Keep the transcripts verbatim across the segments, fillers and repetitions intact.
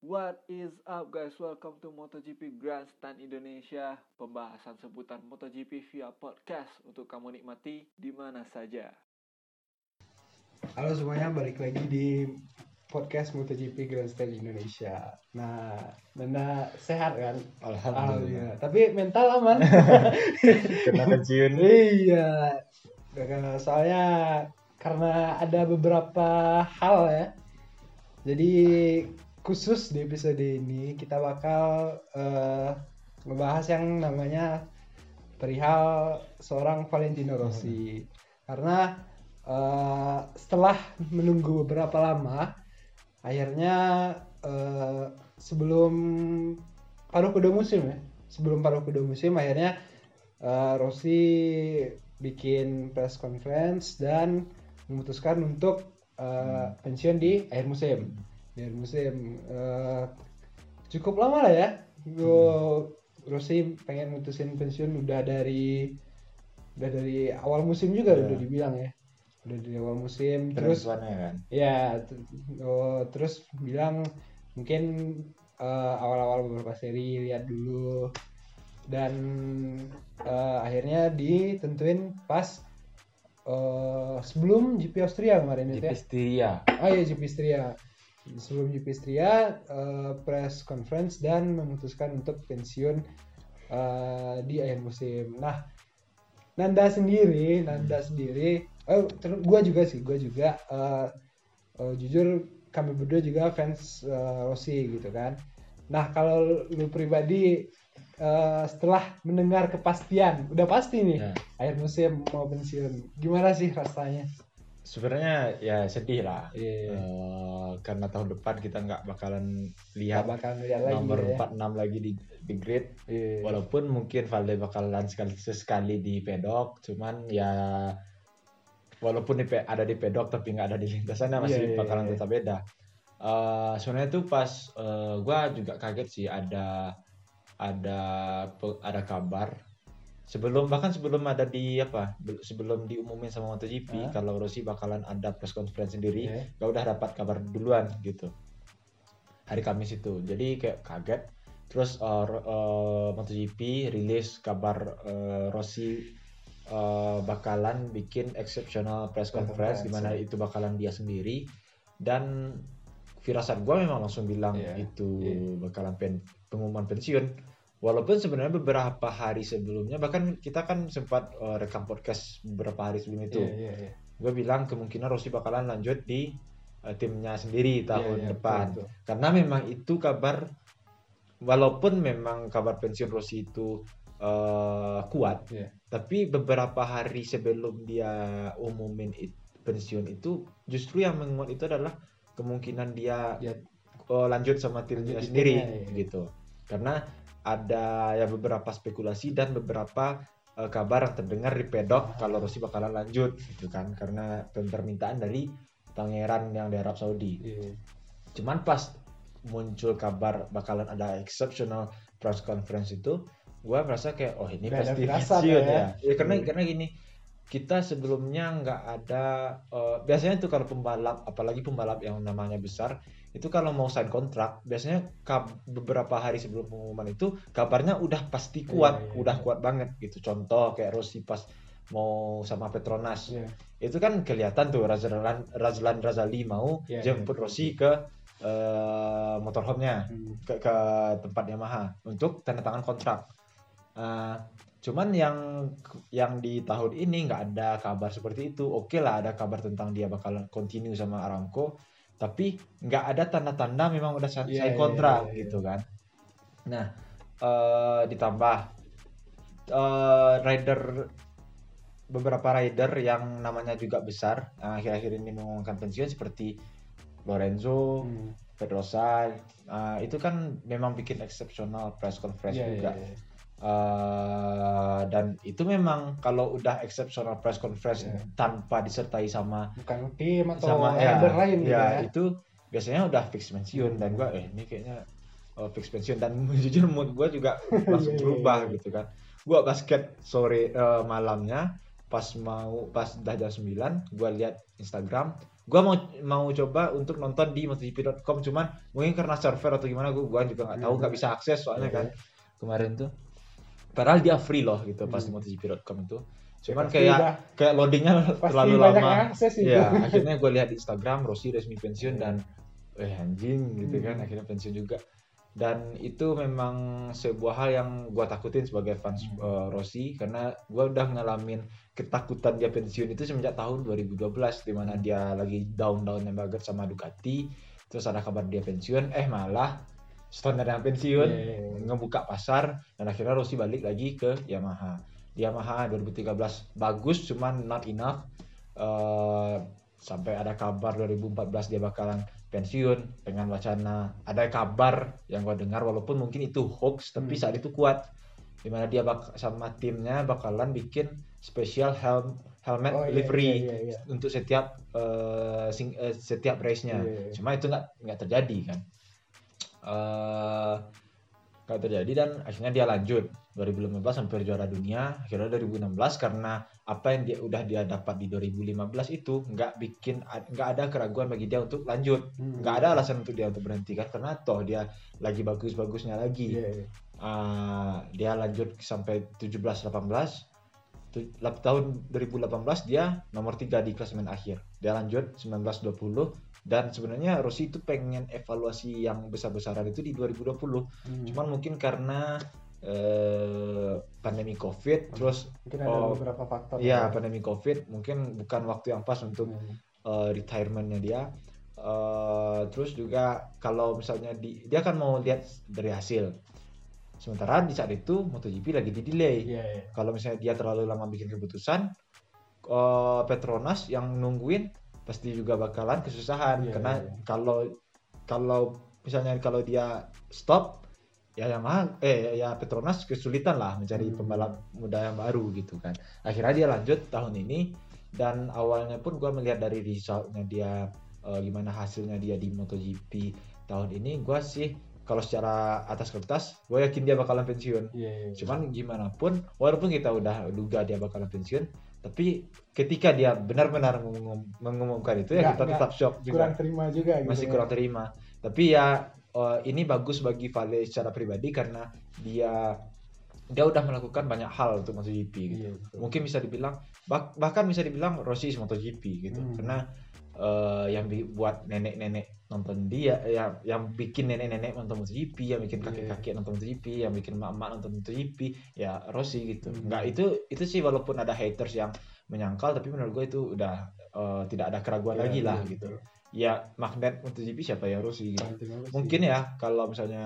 What is up guys, welcome to MotoGP Grandstand Indonesia. Pembahasan seputar MotoGP via podcast untuk kamu nikmati di mana saja. Halo semuanya, balik lagi di podcast MotoGP Grandstand Indonesia. Nah, Nanda sehat kan? Alhamdulillah. Tapi mental aman. Kena pensiun. Iya. Soalnya karena ada beberapa hal ya. Jadi khusus di episode ini kita bakal uh, ngebahas yang namanya perihal seorang Valentino Rossi. Hmm. Karena uh, setelah menunggu beberapa lama, akhirnya uh, sebelum paruh kedua musim ya, sebelum paruh kedua musim akhirnya uh, Rossi bikin press conference dan memutuskan untuk uh, pensiun di akhir musim. Di akhir musim uh, cukup lama lah ya. Gue Rossi pengen mutusin pensiun udah dari udah dari awal musim juga yeah. udah dibilang ya. Udah dari awal musim terus kan? Ya, t- oh, terus bilang mungkin uh, awal-awal beberapa seri lihat dulu dan uh, akhirnya ditentuin pas uh, sebelum G P Austria kemarin itu ya. G P Austria. Oh iya G P Austria. Sebelum G P Austria uh, press conference dan memutuskan untuk pensiun uh, di akhir musim. Nah, Nanda sendiri, Nanda sendiri, oh, ter- gue juga sih, gue juga uh, uh, jujur kami berdua juga fans uh, Rossi gitu kan. Nah kalau lu pribadi uh, setelah mendengar kepastian, udah pasti nih ya. Akhir musim mau pensiun, gimana sih rasanya? Sebenarnya ya sedih lah, yeah. uh, karena tahun depan kita nggak bakalan lihat bakalan lihat nomor lagi, empat puluh enam ya. lagi di, di grid, yeah. Walaupun mungkin Valde bakalan sekali sekali di pedok, cuman ya walaupun di, ada di pedok tapi nggak ada di lintasannya masih yeah, bakalan yeah. tetap beda. Uh, sebenarnya tuh pas uh, gue juga kaget sih ada ada ada kabar sebelum bahkan sebelum ada di apa sebelum diumumin sama MotoGP huh? kalau Rossi bakalan ada press conference sendiri, yeah. Gak udah dapat kabar duluan gitu hari Kamis itu, jadi kayak kaget. Terus uh, uh, MotoGP rilis kabar uh, Rossi uh, bakalan bikin exceptional press conference di mana itu bakalan dia sendiri, dan firasat gue memang langsung bilang yeah. itu yeah. bakalan pen, pengumuman pensiun. Walaupun sebenarnya beberapa hari sebelumnya, bahkan kita kan sempat uh, rekam podcast beberapa hari sebelum itu, yeah, yeah, yeah. gue bilang kemungkinan Rossi bakalan lanjut di uh, timnya sendiri tahun yeah, yeah, depan. Betul, betul. Karena memang itu kabar, walaupun memang kabar pensiun Rossi itu uh, kuat, yeah. tapi beberapa hari sebelum dia umumin it, pensiun itu, justru yang menguat itu adalah kemungkinan dia yeah. uh, lanjut sama timnya lanjut sendiri, timnya, yeah. gitu. Karena ada ya beberapa spekulasi dan beberapa uh, kabar yang terdengar di pedok kalau Rossi bakalan lanjut gitu kan, karena permintaan dari pangeran yang di Arab Saudi. Yeah. Cuman pas muncul kabar bakalan ada exceptional press conference itu, gue merasa kayak oh ini Gak pasti pensiun ya. ya. Ya karena yeah. karena gini, kita sebelumnya nggak ada uh, biasanya tuh kalau pembalap, apalagi pembalap yang namanya besar, itu kalau mau sign kontrak biasanya kab- beberapa hari sebelum pengumuman itu kabarnya udah pasti kuat, yeah, yeah, udah yeah. kuat banget gitu. Contoh kayak Rossi pas mau sama Petronas, yeah. itu kan kelihatan tuh Razlan Razlan Razali mau yeah, jemput yeah, Rossi yeah. ke uh, motorhome-nya, hmm. ke, ke tempat Yamaha untuk tanda tangan kontrak. Uh, cuman yang yang di tahun ini nggak ada kabar seperti itu. Oke lah ada kabar tentang dia bakalan continue sama Aramco, tapi nggak ada tanda-tanda memang udah selesai yeah, kontrak yeah, yeah, gitu kan. Nah uh, ditambah uh, rider beberapa rider yang namanya juga besar uh, akhir-akhir ini mengumumkan pensiun seperti Lorenzo, hmm. Pedrosa, uh, itu kan memang bikin exceptional press conference yeah, juga. Yeah, yeah. Uh, dan itu memang kalau udah exceptional press conference yeah. tanpa disertai sama bukan tim atau sama rider ya, lain ya, ya, itu biasanya udah fix pensiun. hmm. Dan gue eh ini kayaknya uh, fix pensiun, dan jujur mood gue juga langsung berubah gitu kan. Gue basket sore uh, malamnya pas mau pas udah jam sembilan gue lihat Instagram Gua mau mau coba untuk nonton di MotoGP dot com, cuman mungkin karena server atau gimana gua, gua juga nggak tahu, nggak bisa akses soalnya kan kemarin tuh. Padahal dia free loh gitu pas di MotoGP dot com itu. Cuman pasti kayak udah- kayak loadingnya pasti terlalu banyak lama. yang akses itu. Ya, akhirnya gue lihat di Instagram Rossi resmi pensiun Iya. dan eh anjing gitu kan, Hmm. akhirnya pensiun juga. Dan itu memang sebuah hal yang gue takutin sebagai fans Hmm. uh, Rossi, karena gue udah ngalamin ketakutan dia pensiun itu semenjak tahun dua ribu dua belas, di mana dia lagi down-downnya banget sama Ducati, terus ada kabar dia pensiun, eh malah Stoner yang pensiun, Yeah. ngebuka pasar, dan akhirnya Rossi balik lagi ke Yamaha. Di Yamaha dua ribu tiga belas bagus, cuman not enough. Uh, sampai ada kabar dua ribu empat belas dia bakalan pensiun dengan wacana, ada kabar yang gue dengar walaupun mungkin itu hoax, tapi Hmm. saat itu kuat, dimana dia bak- sama timnya bakalan bikin spesial helm helmet Oh, iya, livery iya, iya, iya. untuk setiap uh, sing- uh, setiap race-nya. Iya, iya. Cuma itu nggak nggak terjadi kan. Uh, nggak terjadi dan akhirnya dia lanjut dua ribu lima belas sampai juara dunia. Akhirnya dua ribu enam belas karena apa yang dia udah dia dapat di dua ribu lima belas itu nggak bikin nggak ada keraguan bagi dia untuk lanjut, Hmm. nggak ada alasan untuk dia untuk berhenti kan, karena toh dia lagi bagus-bagusnya lagi. Iya, iya. Uh, dia lanjut sampai tujuh belas delapan belas. Tu- lap- tahun dua ribu delapan belas dia nomor tiga di klasemen akhir. Dia lanjut sembilan belas dua puluh, dan sebenarnya Rossi itu pengen evaluasi yang besar-besaran itu di dua ribu dua puluh. Hmm. Cuman mungkin karena eh, pandemi Covid, terus Mungkin ada oh, beberapa faktor. ya pandemi Covid mungkin bukan waktu yang pas untuk Hmm. uh, retirement-nya dia. Uh, terus juga kalau misalnya di, dia kan mau lihat dari hasil. Sementara di saat itu MotoGP lagi di delay. Iya, iya. Kalau misalnya dia terlalu lama bikin keputusan, uh, Petronas yang nungguin pasti juga bakalan kesusahan. Iya, Karena iya. kalau kalau misalnya kalau dia stop, ya Yamaha eh ya Petronas kesulitan lah mencari Hmm. pembalap muda yang baru gitu kan. Akhirnya dia lanjut tahun ini, dan awalnya pun gue melihat dari resultnya dia, uh, gimana hasilnya dia di MotoGP tahun ini, gue sih kalau secara atas kertas gue yakin dia bakalan pensiun. Iya, iya. Cuman gimana pun, walaupun kita udah duga dia bakalan pensiun, tapi ketika dia benar-benar mengumum- mengumumkan itu ya Nggak- kita nggak tetap shock juga, kurang terima juga gitu. masih ya. kurang terima. Tapi ya uh, ini bagus bagi Vale secara pribadi karena dia dia udah melakukan banyak hal untuk MotoGP gitu. Iya, betul. Mungkin bisa dibilang bah- bahkan bisa dibilang Rossi is MotoGP gitu. Hmm. Karena uh, yang bi- buat nenek-nenek nonton dia, ya yang bikin nenek-nenek nonton MotoGP, yang bikin kakek-kakek nonton MotoGP, yang bikin emak-emak nonton MotoGP, ya Rossi gitu. Hmm. Enggak, itu itu sih walaupun ada haters yang menyangkal, tapi menurut gue itu udah uh, tidak ada keraguan Iya, lagi lah iya, gitu. betul. Ya magnet MotoGP siapa ya, Rossi gitu. Kurang terima sih. Mungkin ya kalau misalnya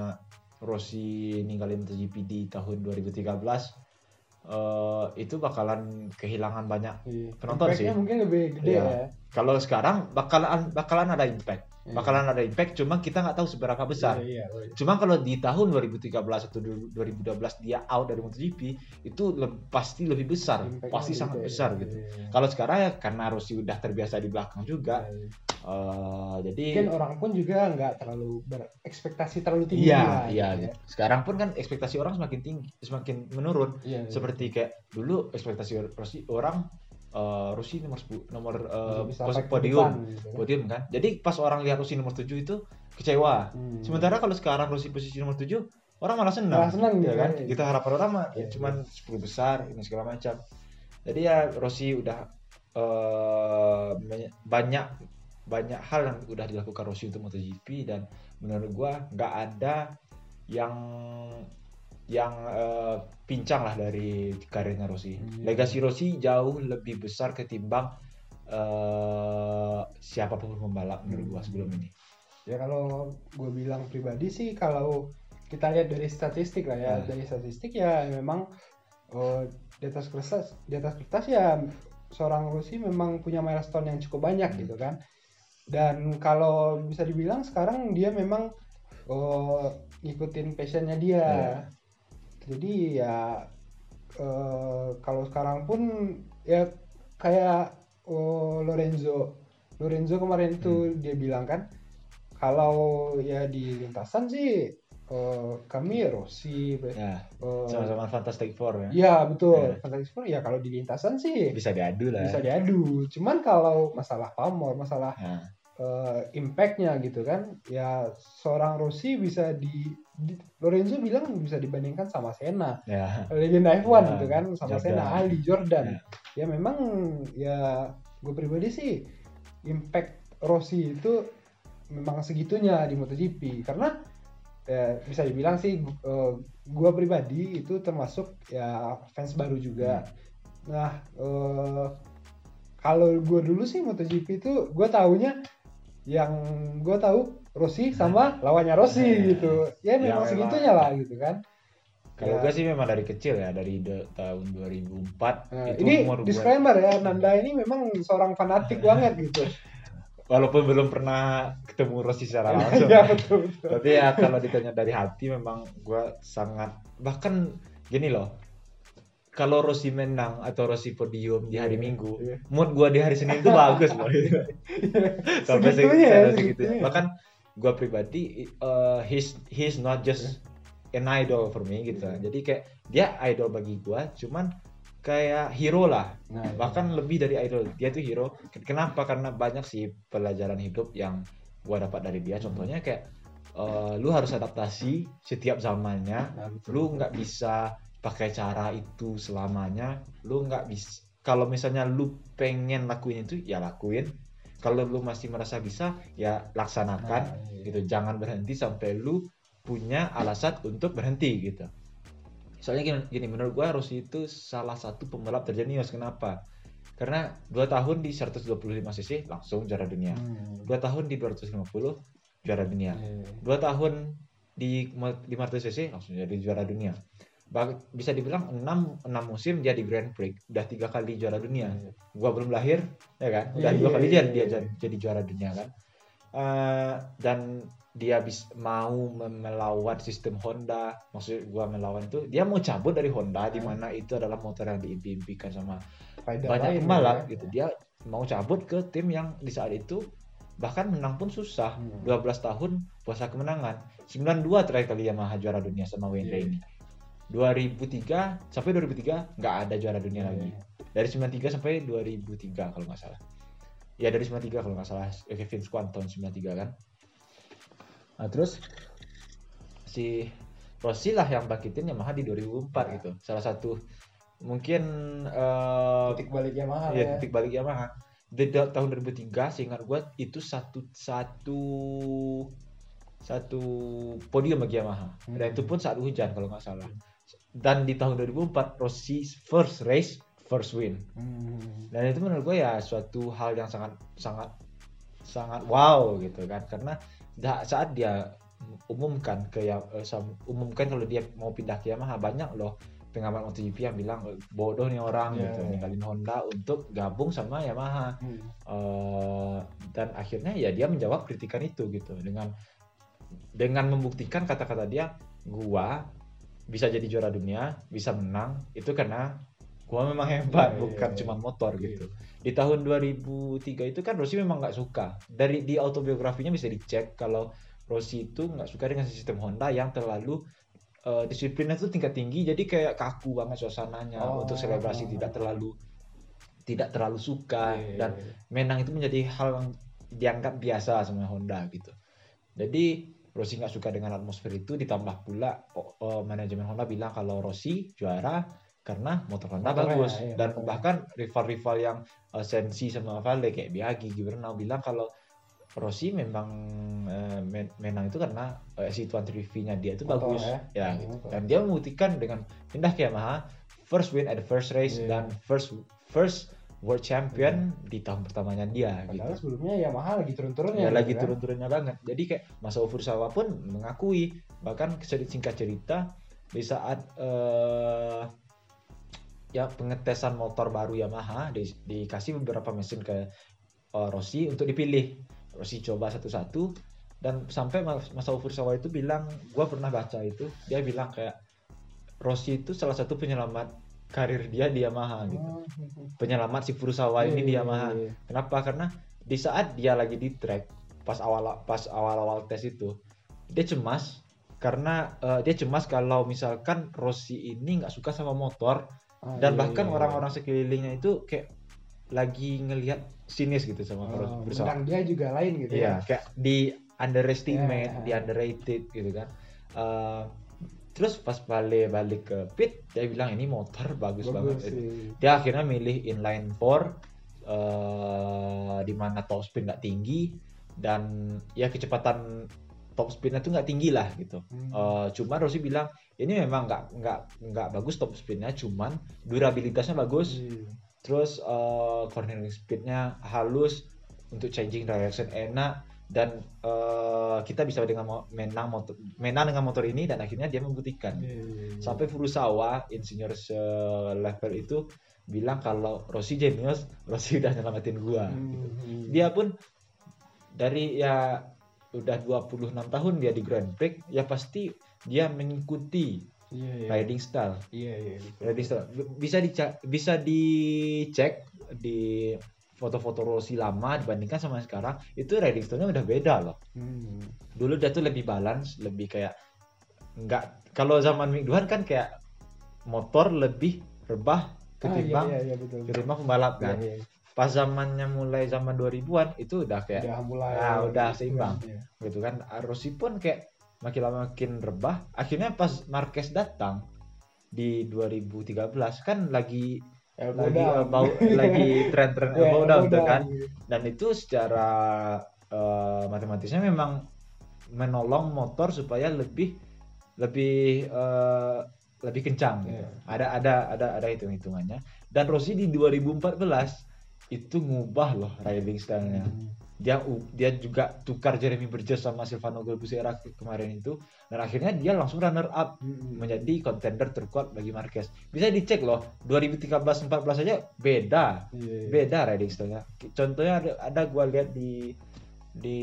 Rossi ninggalin MotoGP di tahun dua ribu tiga belas, eh, itu bakalan kehilangan banyak. Iya. penonton Impact-nya sih. mungkin lebih gede Iya. ya. Kalau sekarang bakalan bakalan ada impact, Iya. bakalan ada impact, cuma kita nggak tahu seberapa besar. Iya, iya. Cuma kalau di tahun dua ribu tiga belas atau dua ribu dua belas dia out dari MotoGP, itu le- pasti lebih besar, Impact-nya pasti gede, sangat iya, besar iya, gitu. iya. Kalau sekarang ya karena Rossi udah terbiasa di belakang juga, Iya. eh, jadi Mungkin orang pun juga nggak terlalu berekspektasi terlalu tinggi. iya lah, iya gitu ya. gitu. Sekarang pun kan ekspektasi orang semakin tinggi, semakin menurun. Iya, iya. Seperti kayak dulu ekspektasi Rossi orang, eh, Rossi nomor sepuluh, nomor eh, Bisa pos- sampai ke podium, depan, gitu kan. podium kan. Jadi pas orang lihat Rossi nomor tujuh itu kecewa. Hmm. Sementara kalau sekarang Rossi posisi nomor tujuh, orang malah senang. Malah senang, ya gitu kan? ya. Kita harapan orang mah Iya, cuman sepuluh besar ini segala macam. Jadi ya Rossi udah eh, banyak- banyak banyak hal yang udah dilakukan Rossi untuk MotoGP, dan menurut gua nggak ada yang yang eh, pincang lah dari karirnya Rossi. Iya. Legasi Rossi jauh lebih besar ketimbang eh, siapapun pembalap menurut gua sebelum ini. Ya kalau gue bilang pribadi sih, kalau kita lihat dari statistik lah ya, Nah. dari statistik ya memang oh, di atas kertas, di atas kertas ya seorang Rossi memang punya milestone yang cukup banyak Hmm. gitu kan. Dan kalau bisa dibilang sekarang dia memang oh, ngikutin passionnya dia. Iya. Jadi ya eh, kalau sekarang pun ya kayak oh, Lorenzo, Lorenzo kemarin itu dia bilang kan, kalau ya di lintasan sih uh, kami Rossi, Ya, uh, sama-sama Fantastic Four ya. ya betul. Ya. Fantastic Four ya kalau di lintasan sih Bisa diadu lah. bisa diadu. Cuman kalau masalah pamor, masalah Ya. uh, impact-nya gitu kan, ya seorang Rossi bisa di, di Lorenzo bilang bisa dibandingkan sama Senna, Ya. legenda F satu Ya, gitu kan, sama Jordan. Senna, Ali, Jordan. Ya. Ya memang ya gue pribadi sih impact Rossi itu memang segitunya di MotoGP karena ya, bisa dibilang sih uh, gue pribadi itu termasuk ya fans baru juga. Hmm. Nah uh, kalau gue dulu sih MotoGP itu gue taunya yang gue tahu Rossi sama lawannya Rossi gitu. Ya memang ya, segitunya memang. Lah gitu kan. Kalau ya. Gue sih memang dari kecil ya, dari de- tahun dua ribu empat. Nah, itu ini umur disclaimer gua... ya, Nanda ini memang seorang fanatik banget gitu. Walaupun belum pernah ketemu Rossi secara langsung. Ya, betul, betul. Tapi ya kalau ditanya dari hati memang gue sangat, bahkan gini loh, kalau Rossi menang atau Rossi podium di hari yeah, Minggu, yeah. mood gue di hari Senin itu bagus loh. Sampai segitunya ya, segitunya. Bahkan gue pribadi, uh, he's he's not just an idol for me gitu. Yeah. Jadi kayak dia idol bagi gue, cuman kayak hero lah, nah, bahkan iya. lebih dari idol. Dia tuh hero. Kenapa? Karena banyak sih pelajaran hidup yang gua dapat dari dia. Contohnya kayak uh, lu harus adaptasi setiap zamannya. Nah, lu nggak bisa pakai cara itu selamanya. Lu nggak bisa. Kalau misalnya lu pengen lakuin itu, ya lakuin. Kalau lu masih merasa bisa, ya laksanakan. Nah, iya. Gitu. Jangan berhenti sampai lu punya alasan untuk berhenti gitu. Soalnya gini, gini menurut gue Rossi itu salah satu pembalap terjenius. Kenapa? Karena dua tahun di seratus dua puluh lima cc langsung juara dunia. Hmm. dua tahun di dua ratus lima puluh juara dunia. Hmm. dua tahun di lima ratus cc langsung jadi juara dunia. Bah- bisa dibilang enam, enam musim dia di Grand Prix. Udah tiga kali juara dunia. Hmm. Gua belum lahir, ya kan? Udah yeah, dua kali yeah, dia, yeah. dia jadi juara dunia kan. Uh, dan dia bis, mau melawan sistem Honda, maksud gua melawan itu dia mau cabut dari Honda, hmm. di mana itu adalah motor yang diimpikan sama Faida banyak pembalap ya. Gitu. Dia mau cabut ke tim yang di saat itu bahkan menang pun susah. hmm. dua belas tahun puasa kemenangan. sembilan puluh dua terakhir kali Yamaha juara dunia sama Wayne yeah. Rainey. dua ribu tiga sampai dua ribu tiga nggak ada juara dunia yeah. lagi. Dari sembilan puluh tiga sampai dua ribu tiga kalau nggak salah. Ya dari sembilan puluh tiga kalau nggak salah, Kevin Swan tahun sembilan puluh tiga kan. Nah terus si Rossi lah yang bangkitin Yamaha di dua ribu empat ya. Gitu. Salah satu mungkin uh, titik balik Yamaha ya, ya. Titik balik Yamaha. Di tahun dua ribu tiga seingat gue itu satu satu satu podium bagi Yamaha. Hmm. Dan itu pun saat hujan kalau nggak salah. Dan di tahun dua ribu empat Rossi first race first win. Hmm. Dan itu menurut gue ya suatu hal yang sangat sangat sangat wow gitu kan, karena saat dia umumkan ke ya umumkan kalau dia mau pindah ke Yamaha, banyak loh pengamat MotoGP yang bilang bodoh nih orang yeah, gitu yeah. ninggalin Honda untuk gabung sama Yamaha. Hmm. Uh, dan akhirnya ya dia menjawab kritikan itu gitu dengan dengan membuktikan kata-kata dia, gua bisa jadi juara dunia, bisa menang itu karena gua memang hebat, yeah, bukan yeah, cuma motor yeah. gitu. Di tahun dua ribu tiga itu kan Rossi memang nggak suka. Dari di autobiografinya bisa dicek kalau Rossi itu nggak suka dengan sistem Honda yang terlalu uh, disiplinnya itu tingkat tinggi, jadi kayak kaku banget suasananya. Oh, untuk selebrasi oh. tidak terlalu tidak terlalu suka yeah, dan menang itu menjadi hal yang dianggap biasa sama Honda gitu. Jadi Rossi nggak suka dengan atmosfer itu, ditambah pula oh, oh, manajemen Honda bilang kalau Rossi juara karena motor Honda motor bagus ya, ya, dan motor. Bahkan rival-rival yang uh, Sensi sama Valde kayak Biaggi, Gibernau bilang kalau Rossi memang uh, men- menang itu karena uh, S dua tiga V-nya dia itu motor, bagus ya, ya gitu. Dan dia membuktikan dengan pindah ke Yamaha, first win at the first race yeah. dan first first world champion yeah. di tahun pertamanya dia. Padahal gitu. Sebelumnya Yamaha lagi turun-turunnya. Ya, gitu lagi kan? turun-turunnya banget. Jadi kayak Masao Furusawa pun mengakui, bahkan singkat cerita di saat uh, ya pengetesan motor baru Yamaha di, dikasih beberapa mesin ke uh, Rossi untuk dipilih. Rossi coba satu-satu dan sampai Masao Furusawa itu bilang, gua pernah baca itu, dia bilang kayak Rossi itu salah satu penyelamat karir dia di Yamaha gitu. Penyelamat si Furusawa ini di Yamaha. Kenapa? Karena di saat dia lagi di track pas awal pas awal-awal tes itu dia cemas karena uh, dia cemas kalau misalkan Rossi ini nggak suka sama motor Ah, dan iya, bahkan iya, orang-orang sekelilingnya itu kayak lagi ngelihat sinis gitu sama oh, perusahaan. menang dia juga lain gitu Iya, ya. kayak di underestimate, Ya. di underrated gitu kan. Uh, terus pas balik balik ke pit dia bilang ini motor bagus, Bagus banget. sih. Dia akhirnya milih inline four uh, di mana top speed nggak tinggi dan ya kecepatan top speednya tuh nggak tinggi lah gitu. Hmm. Uh, cuman Rossi bilang ini memang nggak nggak nggak bagus top speednya, cuman durabilitasnya bagus. Iya. Terus uh, cornering speednya halus, untuk changing direction enak, dan uh, kita bisa dengan mo- menang motor menang dengan motor ini, dan akhirnya dia membuktikan. Iya, iya, iya. Sampai Furusawa insinyur selevel itu bilang kalau Rossi genius, Rossi udah nyelamatin gua. Hmm. Dia pun dari ya udah dua puluh enam tahun dia di Grand Prix, ya pasti dia mengikuti Iya, iya. riding style. Iya, iya. betul. Riding style bisa dica- bisa dicek di foto-foto Rossi lama dibandingkan sama sekarang, itu riding style-nya udah beda loh. Hmm. Dulu dia tuh lebih balance, lebih kayak nggak, kalau zaman Mick Duhan kan kayak motor lebih rebah ketimbang Ah, iya, iya, iya, betul. ketimbang pembalap kan. Iya, iya. Pas zamannya mulai zaman dua ribuan itu udah kayak Udah mulai ah, udah seimbang. Iya. gitu kan. Rossi pun kayak makin lama makin rebah. Akhirnya pas Marquez datang di dua ribu tiga belas kan lagi Elbow lagi down. uh, bau, lagi tren-tren Iya, elbow down elbow tuh down. kan. Dan itu secara uh, matematisnya memang menolong motor supaya lebih lebih uh, lebih kencang gitu. Iya. Ada ada ada ada hitung-hitungannya. Dan Rossi di dua ribu empat belas itu ngubah loh riding style-nya. Hmm. Dia dia juga tukar Jeremy Burgess sama Silvano Galbusera kemarin itu, dan akhirnya dia langsung runner up Hmm. menjadi contender terkuat bagi Marquez. Bisa dicek loh, dua ribu tiga belas empat belas aja beda. Iya, iya. Beda riding style-nya. Contohnya ada, ada gua lihat di di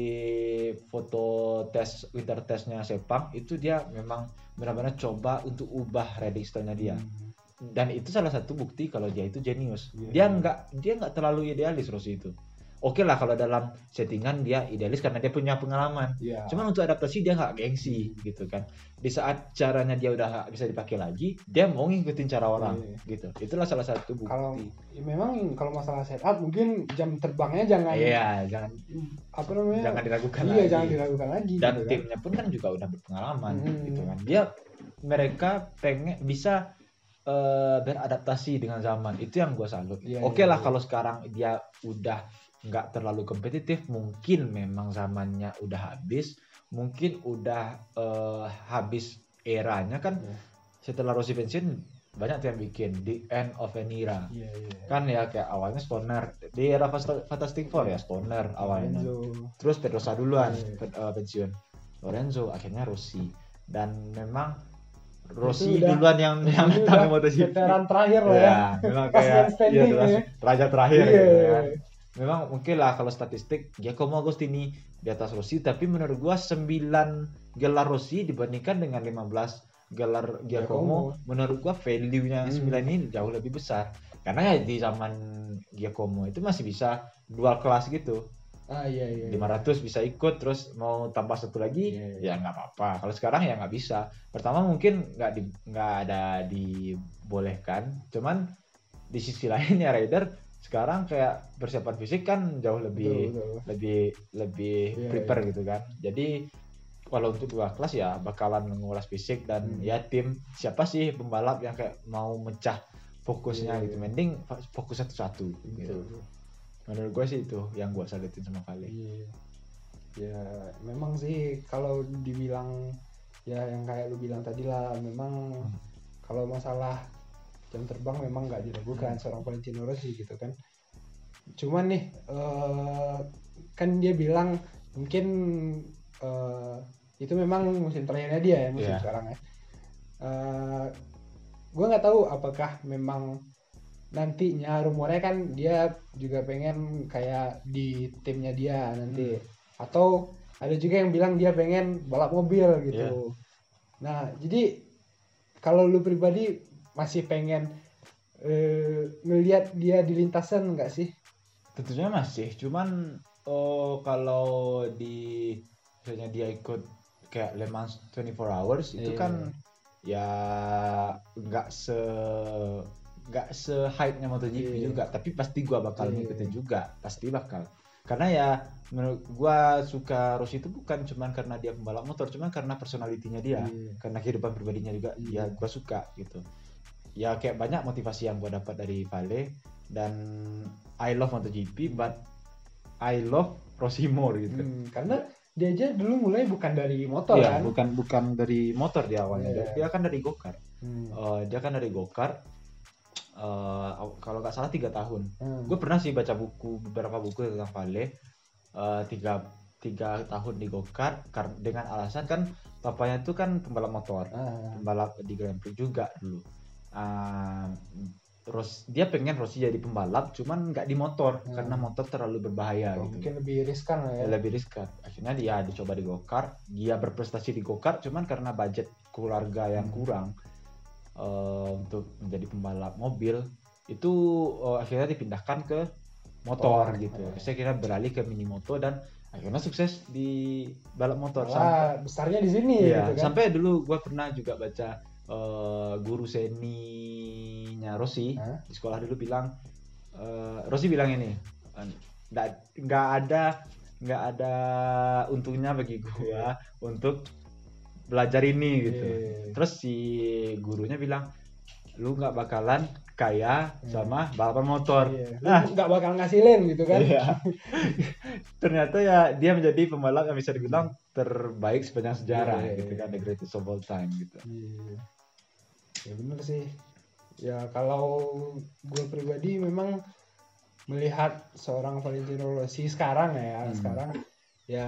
foto tes winter testnya Sepang, itu dia memang benar-benar coba untuk ubah riding style-nya dia. Hmm. Dan itu salah satu bukti kalau dia itu jenius. Iya. Dia nggak dia nggak terlalu idealis Rossi itu. Oke lah kalau dalam settingan dia idealis karena dia punya pengalaman. Iya. Cuman untuk adaptasi dia nggak gengsi gitu kan. Di saat caranya dia udah nggak bisa dipakai lagi, dia mau ngikutin cara orang Iya. gitu. Itulah salah satu bukti. Kalau ya memang kalau masalah setup mungkin jam terbangnya jangan Iya, jangan apa namanya? jangan diragukan Iya, lagi. jangan diragukan lagi. Dan gitu kan. timnya pun kan juga udah berpengalaman Hmm. gitu kan. Dia mereka pengen bisa eh, beradaptasi dengan zaman. Itu yang gue salut. Iya, Oke iya, lah iya. kalau sekarang dia udah nggak terlalu kompetitif, mungkin memang zamannya udah habis, mungkin udah eh, habis eranya kan. Iya. Setelah Rossi pensiun banyak tuh yang bikin the end of an era. Iya, iya. Kan ya kayak awalnya Stoner di era Fast- Fantastic Four ya, Stoner awalnya. Lorenzo. Terus Pedrosa duluan Iya. pe- eh, pensiun. Lorenzo akhirnya Rossi. Dan memang Rossi Itu udah- duluan yang yang Ini datang udah MotoGP. veteran terakhir lah ya. Ya, memang Last kayak man standing iya, jelas, ya. raja terakhir Iya, gitu iya, kan. iya. Memang mungkin lah kalau statistik Giacomo Agostini di atas Rossi, tapi menurut gua sembilan gelar Rossi dibandingkan dengan lima belas gelar Giacomo, menurut gua value-nya yang Hmm. sembilan ini jauh lebih besar. Karena ya di zaman Giacomo itu masih bisa dual kelas gitu. Ah, iya, iya. lima ratus bisa ikut, terus mau tambah satu lagi Iya, iya. ya nggak apa-apa. Kalau sekarang ya nggak bisa. Pertama mungkin nggak di nggak ada dibolehkan, cuman di sisi lain ya rider sekarang kayak persiapan fisik kan jauh lebih Betul, betul. lebih lebih Iya, prepare gitu kan. Jadi kalau untuk dua kelas ya bakalan mengulas fisik dan Hmm. ya tim siapa sih pembalap yang kayak mau mecah fokusnya Iya, gitu. iya. Mending fokus satu-satu gitu. Betul. Menurut gue sih itu yang gue salutin sama Vale. Iya. Ya memang sih kalau dibilang ya yang kayak lu bilang tadi lah, memang Hmm. kalau masalah jam terbang memang nggak diragukan seorang Valentino Rossi gitu kan. Cuman nih eh, kan dia bilang mungkin eh, itu memang musim terakhirnya dia ya, musim Iya. sekarang ya. Eh, gue nggak tahu apakah memang nantinya rumornya kan dia juga pengen kayak di timnya dia nanti, atau ada juga yang bilang dia pengen balap mobil gitu. Nah jadi kalau lu pribadi masih pengen eh, ngelihat dia di lintasan nggak sih? Tentunya masih, cuman oh kalau di misalnya dia ikut kayak Le Mans dua puluh empat hours itu Iya. kan ya nggak se nggak se hype-nya MotoGP Iya. juga, tapi pasti gua bakal Iya. ngikutin juga, pasti bakal. Karena ya menurut gua suka Rossi itu bukan cuman karena dia pembalap motor, cuman karena personalitinya dia, Iya. karena kehidupan pribadinya juga Iya. ya gua suka gitu. Ya kayak banyak motivasi yang gua dapat dari Vale, dan I love MotoGP but I love Rossi more gitu. Hmm, karena dia aja dulu mulai bukan dari motor Iya, kan. bukan bukan dari motor dia awalnya. Iya. Dia, dia kan dari go-kart. Hmm. Eh, dia kan dari go-kart. Eh, kalau nggak salah tiga tahun. Hmm. Gue pernah sih baca buku beberapa buku tentang Vale. Eh, tiga tiga tahun di go-kart kar- dengan alasan kan papanya itu kan pembalap motor, Ah. pembalap di Grand Prix juga dulu. Ah, terus dia pengen Rossi jadi pembalap, cuman nggak di motor Hmm. karena motor terlalu berbahaya Oh, gitu. mungkin lebih riskan lah ya. Lebih riskan. Akhirnya dia dicoba di go-kart, dia berprestasi di go-kart, cuman karena budget keluarga yang Hmm. kurang eh, untuk menjadi pembalap mobil, itu eh, akhirnya dipindahkan ke motor Motor. gitu. Hmm. Saya kira beralih ke mini moto dan akhirnya sukses di balap motor. Wah, besarnya di sini Iya, gitu kan. sampai dulu gue pernah juga baca eh, guru seninya Rossi Hah? di sekolah dulu bilang, eh, Rossi bilang ini, nggak nggak ada nggak ada untungnya bagi gua untuk belajar ini gitu. Iya. Terus si gurunya bilang, lu nggak bakalan kaya sama balapan motor. Iya. Lu Nah, nggak bakal ngasilin gitu kan. iya. Ternyata ya dia menjadi pembalap yang bisa dibilang terbaik sepanjang sejarah Iya, iya, gitu iya. kan, the greatest of all time gitu. Iya. Ya bener sih. Ya kalau gue pribadi memang melihat seorang Valentino Rossi sekarang ya, Hmm. sekarang ya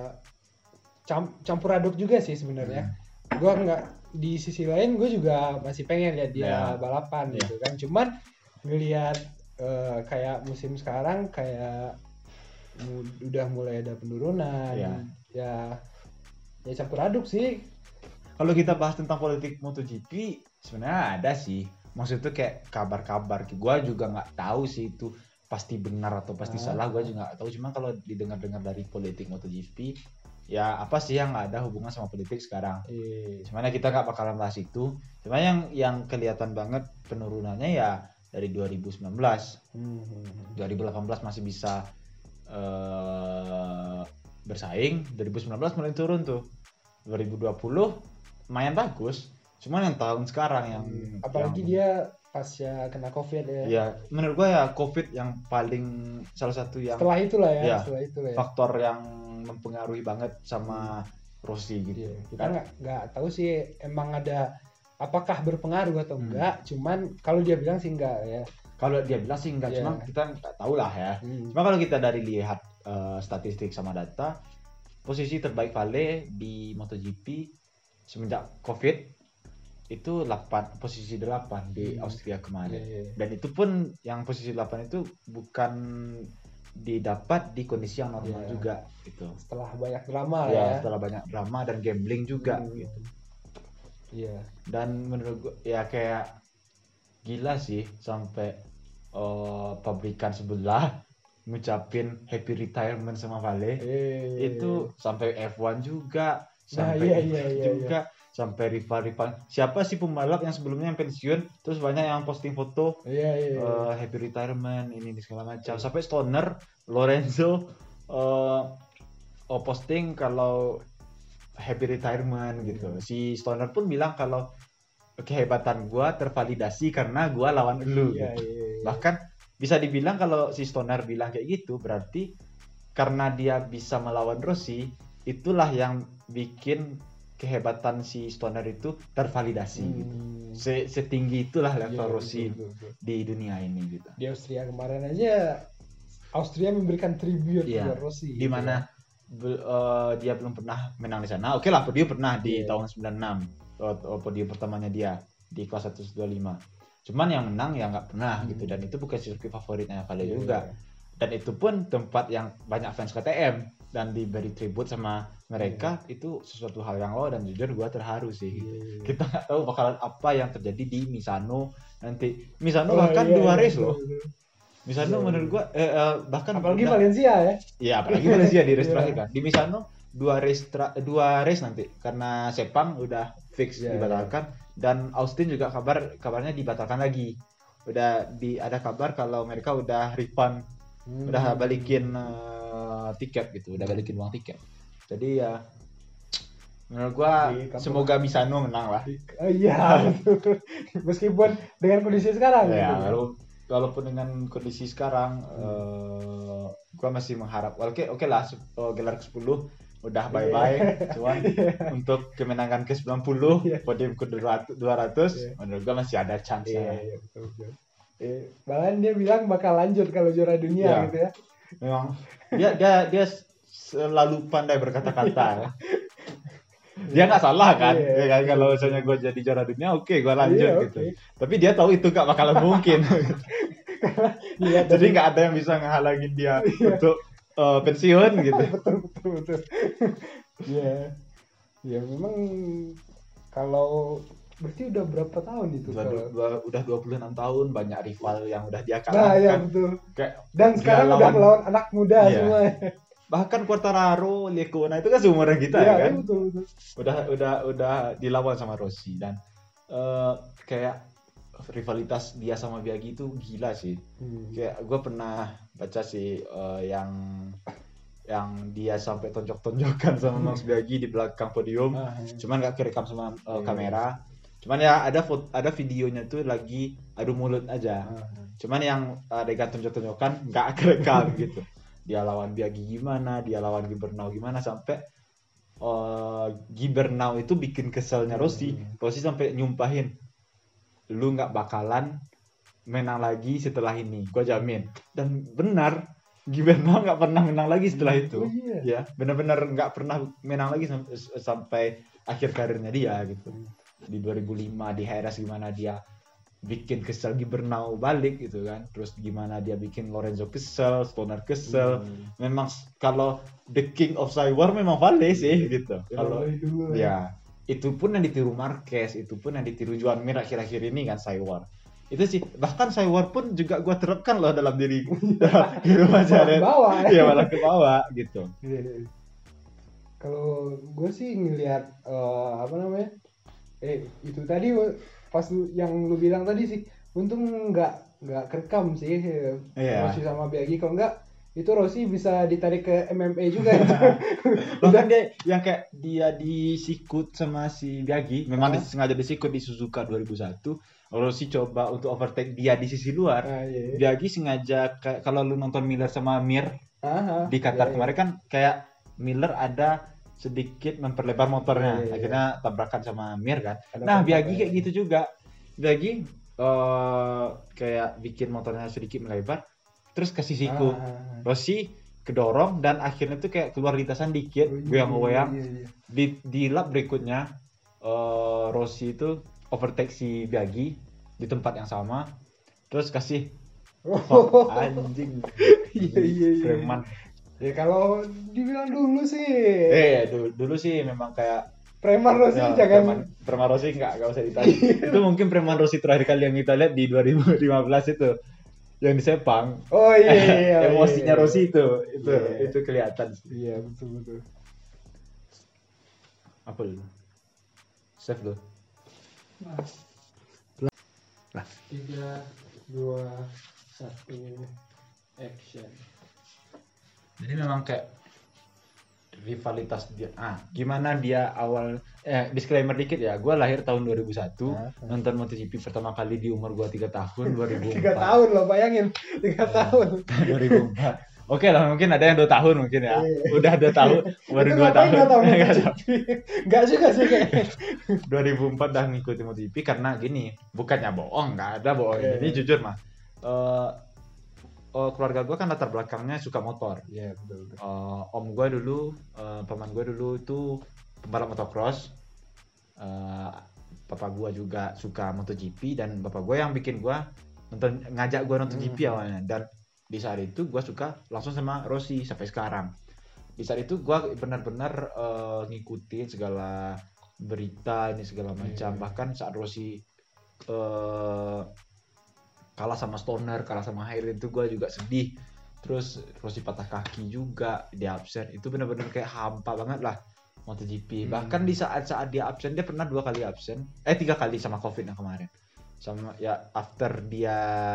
cam- campur aduk juga sih sebenarnya. Hmm. Gue nggak, di sisi lain gue juga masih pengen lihat dia Ya. balapan Ya. gitu kan. Cuman ngelihat eh, kayak musim sekarang kayak mu- udah mulai ada penurunan. Ya. Ya ya campur aduk sih. Kalau kita bahas tentang politik MotoGP, sebenarnya ada sih. Maksudnya kayak kabar-kabar. Gua juga nggak tahu sih itu pasti benar atau pasti Ah. salah. Gua juga nggak tahu. Cuma kalau didengar-dengar dari politik MotoGP, ya apa sih yang nggak ada hubungan sama politik sekarang. Iya. Cuman ya kita nggak bakalan bahas itu. Cuma yang yang kelihatan banget penurunannya ya dari dua ribu sembilan belas. Hmm. dua ribu delapan belas masih bisa eh, bersaing. dua ribu sembilan belas mulai turun tuh. dua ribu dua puluh lumayan bagus. Cuman yang tahun sekarang yang Apalagi yang, dia pasca kena COVID ya. ya menurut gua ya COVID yang paling salah satu yang Setelah itulah ya, Ya, setelah itulah ya. faktor yang mempengaruhi banget sama Rossi gitu. Iya, kita Kan? nggak nggak tahu sih emang ada apakah berpengaruh atau Hmm. enggak. Cuman kalau dia bilang sih enggak ya. Kalau dia bilang sih enggak, Iya. cuma kita nggak tahu lah ya. Hmm. Cuma kalau kita dari lihat eh, statistik sama data, posisi terbaik Vale di MotoGP semenjak COVID itu delapan, posisi delapan di Hmm. Austria kemarin. Iya, iya. Dan itu pun yang posisi delapan itu bukan didapat di kondisi yang normal Iya. juga gitu. Setelah banyak drama Ya, ya. setelah banyak drama dan gambling juga Hmm. gitu. Iya. Dan menurut gua ya kayak gila sih sampai eh, pabrikan sebelah ngucapin happy retirement sama Vale. Eh, Itu sampai F satu juga, Nah, sampai iya, iya, iya, juga, sampai rival-rival. Siapa sih pembalap yang sebelumnya yang pensiun terus banyak yang posting foto Iya iya. iya. eh, happy retirement ini, ini segala macam. Sampai Stoner, Lorenzo eh, oh, posting kalau happy retirement gitu. Si Stoner pun bilang kalau kehebatan gua tervalidasi karena gua lawan lu. Iya, gitu. iya, iya. Bahkan bisa dibilang kalau si Stoner bilang kayak gitu berarti karena dia bisa melawan Rossi, itulah yang bikin kehebatan si Stoner itu tervalidasi gitu. Hmm. Se- Setinggi itulah level Iya, Rossi betul, betul, betul. di dunia ini gitu. Di Austria kemarin aja Austria memberikan tribute Iya, buat Rossi. Di mana be- eh, dia belum pernah menang di sana. Oke lah, podium pernah di Iya. tahun sembilan puluh enam. Oh, oh, podium pertamanya dia di kelas seratus dua puluh lima. Cuman yang menang ya nggak pernah Hmm. gitu, dan itu bukan sirkuit favoritnya Vale Iya, juga. iya. Dan itu pun tempat yang banyak fans K T M dan diberi tribut sama mereka. Itu sesuatu hal yang low dan jujur gua terharu sih. Iya. Kita nggak tahu bakalan apa yang terjadi di Misano nanti. Misano Oh, bahkan iya, dua iya, race betul, loh. betul. Misano Iya, menurut iya. gua eh, eh, bahkan Apalagi udah- Valencia ya. ya apalagi Valencia di race Iya. terakhir kan. Di Misano dua race tra- dua race nanti karena Sepang udah fix Yeah, dibatalkan dan Austin juga kabar kabarnya dibatalkan lagi. Udah di ada kabar kalau mereka udah refund, Hmm. udah balikin uh, tiket gitu, udah balikin uang tiket. Jadi ya menurut gua Di kampung- semoga Misano menang lah. Oh, iya, betul. Meskipun dengan kondisi sekarang Ya, gitu. walau- walaupun dengan kondisi sekarang uh, gua masih mengharap oke oke lah uh, gelar ke sepuluh udah bye bye cuman untuk kemenangan ke sembilan puluh Iya. podium ke dua ratus Iya. menurut gua masih ada chance Iya, ya. iya, betul, betul. Eh, bahkan dia bilang bakal lanjut kalau juara dunia Iya. gitu ya. Memang dia dia dia selalu pandai berkata-kata ya. Dia nggak salah kan, Iya. ya kan? Kalau misalnya gue jadi juara dunia, oke gue lanjut Iya, gitu. oke. Tapi dia tahu itu nggak bakalan mungkin. Iya, Jadi dari- nggak ada yang bisa ngehalangin dia Iya. untuk uh, pensiun gitu. betul betul betul. Iya. Ya memang kalau berarti udah berapa tahun itu Udah, kalau dua- udah dua puluh enam tahun banyak rival yang udah dia Nah, ya kalahkan. betul. Kayak Dan dia sekarang udah lawan- melawan anak muda Iya. semua. bahkan Quartararo, Lecona itu kan seumuran kita Iya, ya kan. betul betul. Udah udah udah dilawan sama Rossi dan uh, kayak rivalitas dia sama Biaggi itu gila sih. Hmm. Kayak gue pernah baca sih uh, yang yang dia sampai tonjok-tonjokan sama Max Biaggi di belakang podium. Ah, iya. Cuman nggak kerekam sama uh, Iya. kamera. Cuman ya ada foto, ada videonya tuh lagi adu mulut aja. Ah, Cuman yang adegan tonjok-tonjokan nggak kerekam gitu. Dia lawan Biaggi gimana, dia lawan Gibernau gimana sampai uh, Gibernau itu bikin keselnya Rossi. Hmm. Rossi sampai nyumpahin, lu nggak bakalan menang lagi setelah ini, gua jamin. Dan benar, Gibernau nggak pernah menang lagi setelah itu. Oh, iya. Ya, benar-benar nggak pernah menang lagi sam- sampai akhir karirnya dia gitu. Di dua ribu lima di H R S gimana dia bikin kesel Gibernau balik gitu kan. Terus gimana dia bikin Lorenzo kesel, Stoner kesel. Hmm. Memang s- kalau the king of Cywar memang Vale sih gitu. Ya, Kalau mulai dulu, ya itu pun yang ditiru Marquez, itu pun yang ditiru Juan Mir akhir-akhir ini kan Cywar. Itu sih bahkan Cywar pun juga gua terapkan loh dalam diri di rumah Malah Jared. ke bawah, ya. Iya malah ke bawah gitu. Iya, iya. Kalau gue sih ngelihat eh, apa namanya, eh itu tadi pas lu, yang lu bilang tadi sih, untung nggak nggak kerekam sih eh, Iya. Rossi sama Biaggi. Kalau nggak itu Rossi bisa ditarik ke M M A juga itu. Bahkan dia yang kayak dia disikut sama si Biaggi, memang Ah. sengaja disikut di Suzuka dua ribu satu. Rossi coba untuk overtake dia di sisi luar. Ah, iya. Biaggi sengaja kayak kalau lu nonton Miller sama Mir Aha, di Qatar iya, iya. kemarin kan kayak Miller ada sedikit memperlebar motornya, Iya, iya, iya. akhirnya tabrakan sama Mir kan. Ada Nah, kontak, Biaggi ya. kayak gitu juga. Biaggi eh, kayak bikin motornya sedikit melebar, terus kasih siku. Ah, Rossi kedorong dan akhirnya tuh kayak keluar lintasan dikit, oh, iya, goyang-goyang. iya, iya. Di di lap berikutnya eh, Rossi itu overtake si Biaggi di tempat yang sama, terus kasih Oh, anjing. iya, iya, iya. Preman. Ya kalau dibilang dulu sih, Eh, dulu, dulu sih memang kayak preman Rossi ya, jangan. preman, preman Rossi nggak nggak usah ditanya. Itu mungkin preman Rossi terakhir kali yang kita lihat di dua ribu lima belas itu yang di Sepang. Oh iya, iya, iya. Emosinya iya. Rossi itu itu Iya. itu kelihatan. Iya, betul betul. Apa lu? Save lu. Tiga, dua, satu, action. Jadi memang kayak rivalitas dia. Ah, gimana dia awal eh disclaimer dikit ya. Gua lahir tahun dua ribu satu, Ah, ah. nonton MotoGP pertama kali di umur gua tiga tahun dua ribu empat. Tiga tahun loh, bayangin. Tiga tahun. dua ribu empat. Oke lah, mungkin ada yang dua tahun mungkin ya. Iya. Udah dua tahun, baru Itu dua ngapain tahun. nggak tahu Nggak MotoGP? tahu. Nggak juga sih kayaknya. dua ribu empat dah ngikutin MotoGP karena gini, bukannya bohong, nggak ada bohong. Iya. Ini jujur mah. Eh eh, keluarga gua kan latar belakangnya suka motor. Iya, betul betul. Eh, om gue dulu, eh, paman gue dulu itu pembalap motocross. Eh, papa gue juga suka MotoGP dan bapak gue yang bikin gue nonton, ngajak gue nonton G P Hmm. awalnya. Dan di saat itu gue suka langsung sama Rossi sampai sekarang. Di saat itu gue benar-benar eh, ngikutin segala berita ini segala macam. Iya. Bahkan saat Rossi eh, kalah sama Stoner, kalah sama Hair itu gue juga sedih. Terus Rossi patah kaki juga, dia absen. Itu benar-benar kayak hampa banget lah MotoGP. Hmm. Bahkan di saat-saat dia absen, dia pernah dua kali absen. Eh tiga kali sama Covid yang kemarin. Sama ya after dia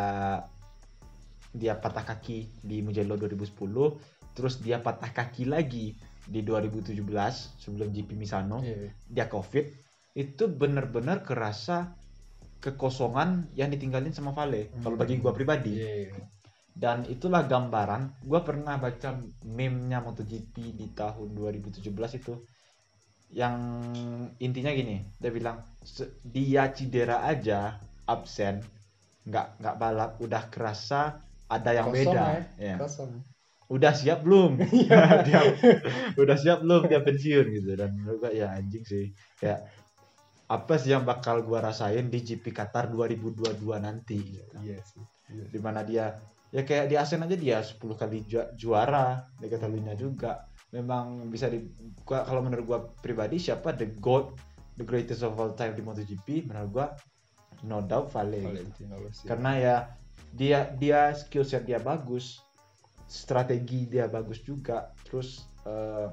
dia patah kaki di Mugello dua ribu sepuluh, terus dia patah kaki lagi di dua ribu tujuh belas sebelum G P Misano. Iya. Dia Covid. Itu benar-benar kerasa kekosongan yang ditinggalin sama Vale. Hmm. Kalau bagi gua pribadi. Yeah. Dan itulah gambaran. Gua pernah baca meme-nya MotoGP di tahun dua ribu tujuh belas itu. Yang intinya gini, dia bilang dia cedera aja, absen, nggak nggak balap, udah kerasa ada yang Kosong, beda. Ya. Ya. Kosong. Udah siap belum? dia udah siap belum dia pensiun gitu. Dan menurut gua ya anjing sih. Kayak apa sih yang bakal gua rasain di G P Qatar dua ribu dua puluh dua nanti gitu. Iya sih. Iya. Dimana dia ya kayak di Asen aja dia sepuluh kali ju- juara, di Catalunya juga. Memang bisa di gua, kalau menurut gua pribadi siapa the GOAT, the greatest of all time di MotoGP, menurut gua no doubt Vale. Valentino Rossi. Karena ya dia dia skill set dia bagus, strategi dia bagus juga, terus uh,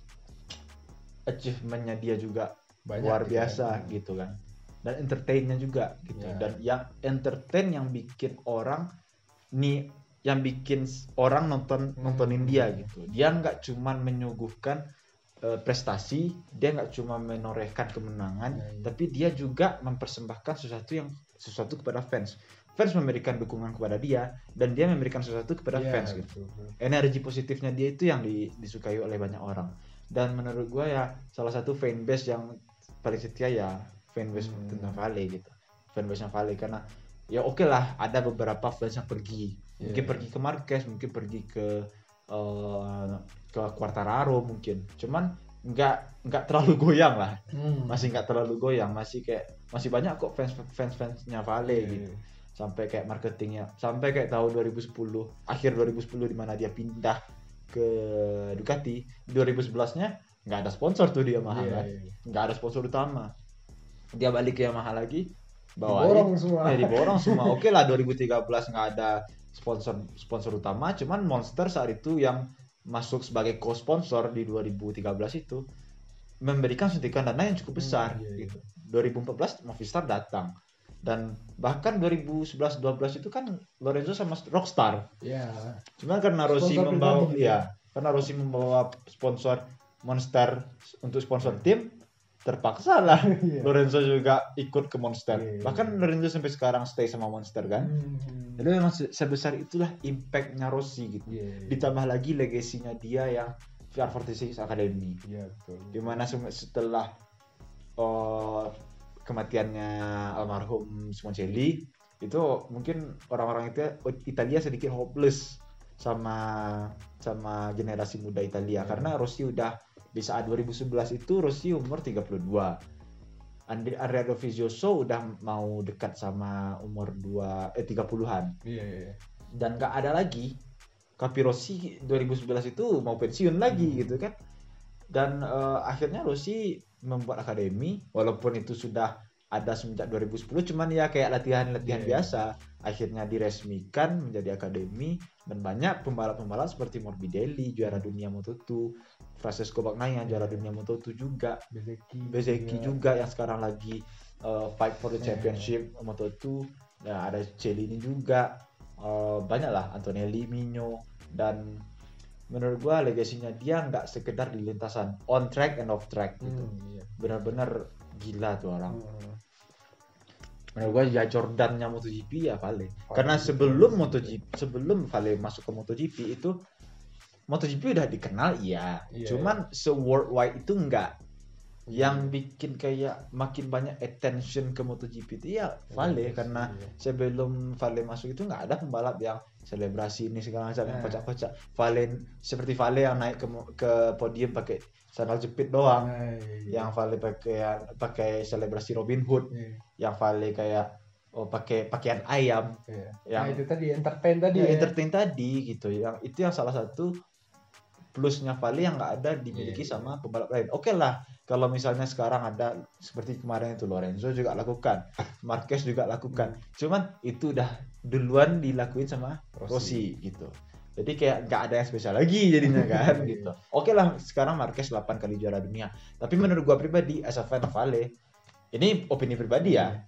achievement-nya dia juga Banyak luar gitu biasa kan. gitu kan. Dan entertain-nya juga gitu. Ya. Dan yang entertain yang bikin orang nih, yang bikin orang nonton nontonin Hmm. dia gitu. Dia nggak cuman menyuguhkan uh, prestasi, dia nggak cuma menorehkan kemenangan, Ya, ya. tapi dia juga mempersembahkan sesuatu yang sesuatu kepada fans. Fans memberikan dukungan kepada dia dan dia memberikan sesuatu kepada Iya, fans gitu. betul. Energi positifnya dia itu yang di, disukai oleh banyak orang. Dan menurut gue ya salah satu fanbase yang paling setia ya fanbase Hmm. tentang Vale gitu. Fanbase-nya Vale karena ya oke okay lah ada beberapa fans yang pergi. Mungkin Yeah. pergi ke Marquez, mungkin pergi ke uh, ke Quartararo mungkin. Cuman nggak nggak terlalu goyang lah. Hmm. Masih nggak terlalu goyang, masih kayak masih banyak kok fans fans fansnya Vale Iya, gitu. iya. Sampai kayak marketingnya, sampai kayak tahun dua ribu sepuluh, akhir dua ribu sepuluh di mana dia pindah ke Ducati, dua ribu sebelas-nya nggak ada sponsor tuh di Yamaha Iya, kan. iya. Nggak ada sponsor utama. Dia balik ke Yamaha lagi, Diborong bawain semua. eh, diborong semua. Oke lah dua ribu tiga belas nggak ada sponsor sponsor utama, cuman Monster saat itu yang masuk sebagai co-sponsor di dua ribu tiga belas itu memberikan suntikan dana yang cukup besar Hmm, iya, iya. gitu. dua ribu empat belas Movistar datang. Dan bahkan dua ribu sebelas dua belas itu kan Lorenzo sama Rockstar. Iya. Cuma karena Rossi Sponsor membawa pribadi, ya, karena Rossi membawa sponsor Monster untuk sponsor tim, terpaksa lah Iya. Lorenzo juga ikut ke Monster. Iya, iya, Bahkan iya. Lorenzo sampai sekarang stay sama Monster kan. Hmm. Jadi memang se- sebesar itulah impact-nya Rossi gitu. Iya, iya. Ditambah lagi legasinya dia yang V R empat puluh enam Academy. Iya, betul. Dimana sem- setelah uh, kematiannya almarhum Simoncelli itu mungkin orang-orang itu Italia sedikit hopeless sama sama generasi muda Italia Hmm. karena Rossi udah di saat dua ribu sebelas itu Rossi umur tiga puluh dua. Andrea Andrea Dovizioso udah mau dekat sama umur dua eh tiga puluhan. Iya, iya, iya. Dan nggak ada lagi Capirossi dua ribu sebelas itu mau pensiun lagi Hmm. gitu kan. Dan uh, akhirnya Rossi membuat akademi walaupun itu sudah ada semenjak dua ribu sepuluh cuman ya kayak latihan-latihan Yeah. biasa. Akhirnya diresmikan menjadi akademi dan banyak pembalap-pembalap seperti Morbidelli juara dunia Moto dua, Francesco Bagnaia juara dunia Moto dua juga, Bezeki. Bezzecchi juga yang sekarang lagi uh, fight for the Yeah. championship Moto dua. Nah, ada Cellini juga. Uh, banyak lah Antonelli, Mino, dan menurut gua legasinya dia nggak sekedar di lintasan, on track and off track gitu. Hmm, iya. Benar-benar gila tuh orang. Hmm. Menurut gua ya Jordannya MotoGP ya Vale. Vale. Karena sebelum MotoGP, sebelum Vale masuk ke MotoGP itu MotoGP udah dikenal iya, Iya, cuman se worldwide itu enggak. Yang bikin kayak makin banyak attention ke MotoGP itu ya Vale, Iya, karena iya. sebelum Vale masuk itu nggak ada pembalap yang selebrasi ini segala macam yang Nah. kocak-kocak. Vale seperti Vale yang naik ke ke podium pakai sandal jepit doang, Nah, iya. yang Vale pakai pakai selebrasi Robin Hood, Iya, yang Vale kayak oh pakai pakaian ayam, iya. yang Nah, itu tadi entertain tadi ya, ya. entertain tadi gitu. Yang itu yang salah satu plusnya Vale yang nggak ada dimiliki Iya, iya. sama pembalap lain. Oke lah, kalau misalnya sekarang ada seperti kemarin itu Lorenzo juga lakukan, Marquez juga lakukan. Cuman itu udah duluan dilakuin sama Rossi. Rossi gitu. Jadi kayak nggak ada yang spesial lagi jadinya kan gitu. Oke lah sekarang Marquez delapan kali juara dunia. Tapi menurut gua pribadi as a fan of Vale, ini opini pribadi ya.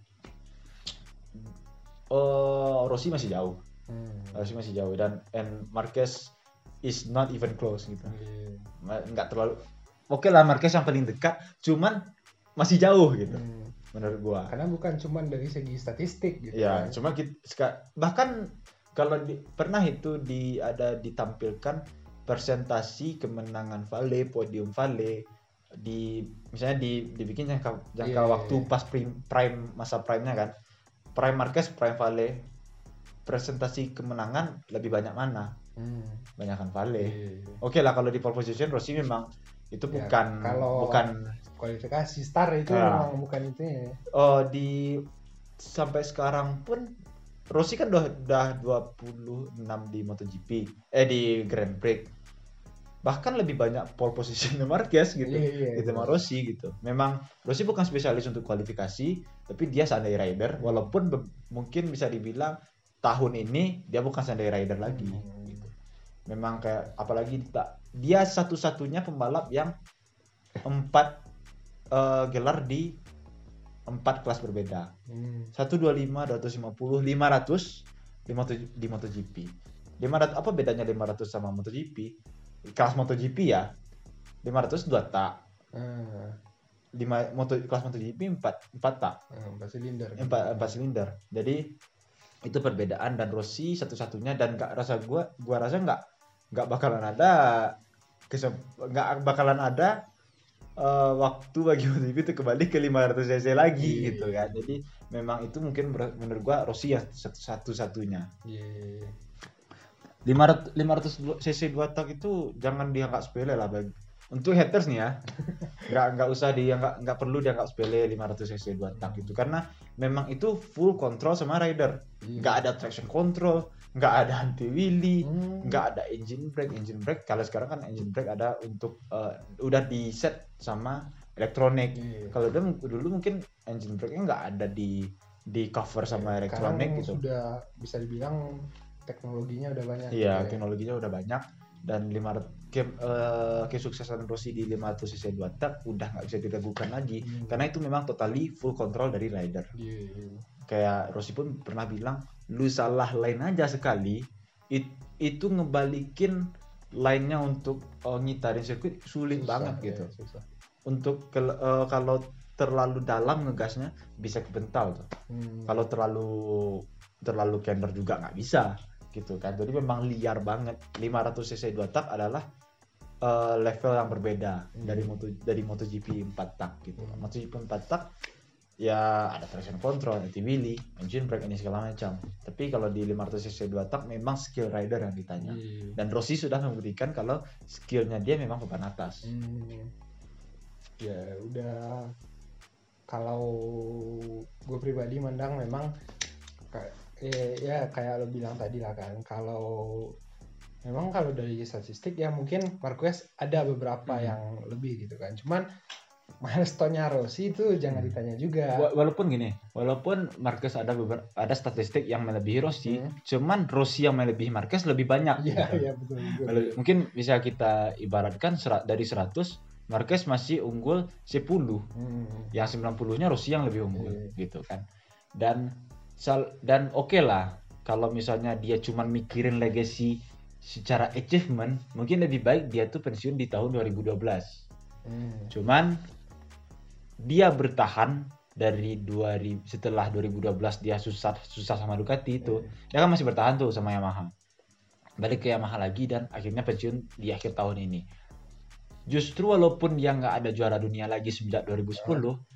Uh, Rossi masih jauh. Hmm. Rossi masih jauh dan and Marquez is not even close gitu. Hmm. Nggak terlalu. Oke lah Marquez yang paling dekat, cuman masih jauh gitu. Hmm. Menurut gua. Karena bukan cuman dari segi statistik gitu. Ya, kan. cuma kita, bahkan kalau di, pernah itu di ada ditampilkan persentasi kemenangan Vale, podium Vale di misalnya di dibikin jangka jangka yeah, waktu yeah. pas prime, prime masa prime-nya kan. Prime Marquez, prime Vale. Presentasi kemenangan lebih banyak mana? Hmm. Banyakan Vale. Yeah, yeah. Oke lah kalau di pole position Rossi memang itu bukan ya, kalau bukan kualifikasi star itu ya. Memang bukan itu ya. Oh, di sampai sekarang pun Rossi kan udah, udah dua puluh enam di MotoGP, eh di Grand Prix. Bahkan lebih banyak pole position Marquez gitu. Iya, iya, itu sama Rossi gitu. Memang Rossi bukan spesialis untuk kualifikasi, tapi dia Sunday rider walaupun be- mungkin bisa dibilang tahun ini dia bukan Sunday rider lagi hmm. gitu. Memang kayak apalagi tak dia satu-satunya pembalap yang empat uh, gelar di empat kelas berbeda. Hmm. seratus dua puluh lima, dua ratus lima puluh, lima ratus di, Moto, di MotoGP. lima ratus apa bedanya lima ratus sama MotoGP? Kelas MotoGP ya. lima ratus dua tak. Hmm. lima moto kelas MotoGP empat empat tak. Hmm, empat silinder. empat empat silinder. Jadi itu perbedaan dan Rossi satu-satunya dan enggak rasa gua gua rasa enggak enggak bakalan ada enggak bakalan ada Uh, waktu bagi MotoGP itu kembali ke lima ratus cc lagi yeah. gitu kan. Jadi memang itu mungkin ber- menurut gua Rossi ya satu-satunya. Yeah. lima ratus cc dua tak itu jangan dianggap sepele lah bagi untuk haters nih ya. Enggak enggak usah dianggap enggak perlu dianggap sepele lima ratus cc dua tak itu karena memang itu full control sama rider. Enggak yeah. ada traction control, nggak ada anti wheelie, hmm. nggak ada engine brake. Engine brake kalau sekarang kan engine brake ada untuk uh, udah di set sama elektronik. Yeah. Kalau dulu dulu mungkin engine brake-nya nggak ada di di cover sama yeah, elektronik gitu. Sudah bisa dibilang teknologinya udah banyak. Iya, yeah, teknologinya udah banyak dan lima ratus ke, uh, kesuksesan Rossi di lima ratus cc dua tak udah nggak bisa diragukan lagi hmm. karena itu memang totally full control dari rider. Yeah. Kayak Rossi pun pernah bilang, lu salah line aja sekali, it, itu ngebalikin line-nya untuk uh, ngitarin sirkuit sulit susah, banget ya, gitu. Susah. Untuk ke, uh, kalau terlalu dalam ngegasnya bisa kebental tuh. Hmm. Kalau terlalu terlalu kender juga nggak bisa gitu kan. Jadi memang liar banget. lima ratus cc dua tak adalah uh, level yang berbeda hmm. dari moto dari MotoGP empat tak gitu. Hmm. MotoGP empat tak ya ada traction control, anti wheelie, engine brake ini segala macam. Tapi kalau di lima ratus cc dua tak memang skill rider yang ditanya. Hmm. Dan Rossi sudah membuktikan kalau skillnya dia memang papan atas. Hmm. Ya udah. Kalau gue pribadi mandang memang kayak ya, ya kayak lo bilang tadi lah kan. Kalau memang kalau dari statistik ya mungkin Marquez ada beberapa hmm. yang lebih gitu kan. Cuman milestone-nya Rossi itu jangan ditanya juga. Walaupun gini, walaupun Marquez ada beberapa ada statistik yang melebihi Rossi, hmm. cuman Rossi yang melebihi Marquez lebih banyak. Iya, gitu. Iya betul, betul. Mungkin bisa kita ibaratkan serat, dari seratus Marquez masih unggul sepuluh. Hmm. Yang sembilan puluh-nya Rossi yang lebih unggul hmm. gitu kan. Dan sal, dan oke okay lah kalau misalnya dia cuma mikirin legacy secara achievement, mungkin lebih baik dia tuh pensiun di tahun dua ribu dua belas. Hmm. Cuman dia bertahan dari dua ribu setelah dua ribu dua belas dia susah susah sama Ducati itu. Hmm. Dia kan masih bertahan tuh sama Yamaha. Balik ke Yamaha lagi dan akhirnya pensiun di akhir tahun ini. Justru walaupun dia nggak ada juara dunia lagi sejak dua ribu sepuluh, hmm.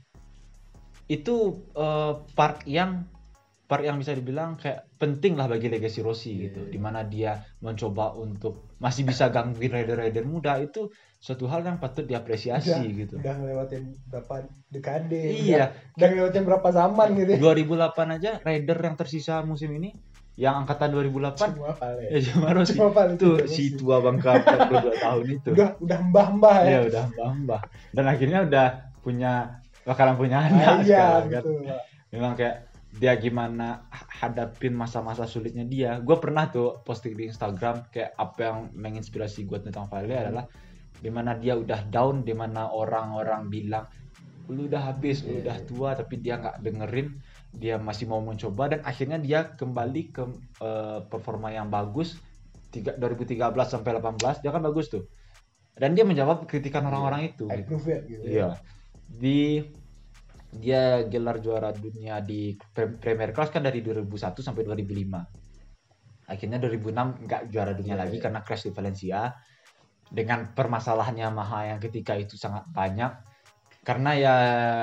itu uh, part yang part yang bisa dibilang kayak penting lah bagi legacy Rossi yeah. gitu. Dimana dia mencoba untuk masih bisa gangguin rider-rider muda, itu suatu hal yang patut diapresiasi udah, gitu. Udah ngelewatin berapa dekade, iya. udah, udah ngelewatin berapa zaman gitu. dua ribu delapan aja rider yang tersisa musim ini yang angkatan dua ribu delapan cuma Vale. Ya cuma Rossi. Cuma Vale tuh si tua bangka empat puluh dua tahun itu. Udah udah mbah-mbah ya. Iya, udah mbah-mbah. Dan akhirnya udah punya bakalan punya anak ah, iya, sekarang kan. Betul. Memang kayak dia gimana hadapin masa-masa sulitnya dia. Gue pernah tuh posting di Instagram kayak apa yang menginspirasi gue tentang Fale adalah dimana dia udah down, dimana orang-orang bilang lu udah habis, lu udah tua, tapi dia nggak dengerin, dia masih mau mencoba, dan akhirnya dia kembali ke uh, performa yang bagus dua ribu tiga belas sampai delapan belas dia kan bagus tuh, dan dia menjawab kritikan orang-orang itu. I prove it, gitu. Iya, di dia gelar juara dunia di Premier Class kan dari dua ribu satu sampai dua ribu lima. Akhirnya dua ribu enam nggak juara dunia yeah, lagi yeah. karena crash di Valencia. Dengan permasalahan Yamaha yang ketika itu sangat banyak. Karena ya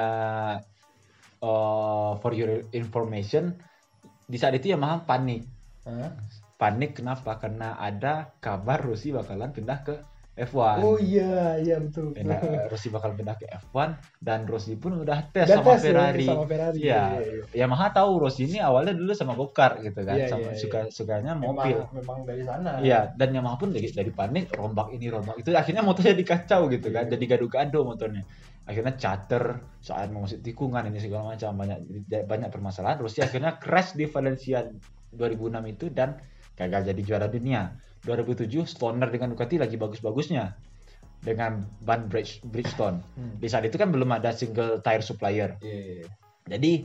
uh, for your information, di saat itu Yamaha panik. Huh? Panik kenapa? Karena ada kabar Rossi bakalan pindah ke F satu. Oh iya, iya betul. Pindah, Rossi bakal pindah ke F satu dan Rossi pun udah tes dan sama tes Ferrari. Ya, sama Ferrari. Ya, iya, iya. Yamaha tahu Rossi ini awalnya dulu sama go-kart gitu kan, iya, sama iya, suka iya. sukanya mobil. Memang, memang dari sana. Iya, dan Yamaha pun dari, dari panik rombak ini rombak itu, akhirnya motornya dikacau gitu kan, iya. Jadi gaduh-gaduh motornya. Akhirnya charter saat mengusik tikungan ini segala macam, banyak banyak permasalahan. Rossi akhirnya crash di Valencia dua ribu enam itu dan gagal jadi juara dunia. dua ribu tujuh Stoner dengan Ducati lagi bagus-bagusnya dengan ban Bridge, Bridgestone. Hmm. Di saat itu kan belum ada single tire supplier. Yeah. Jadi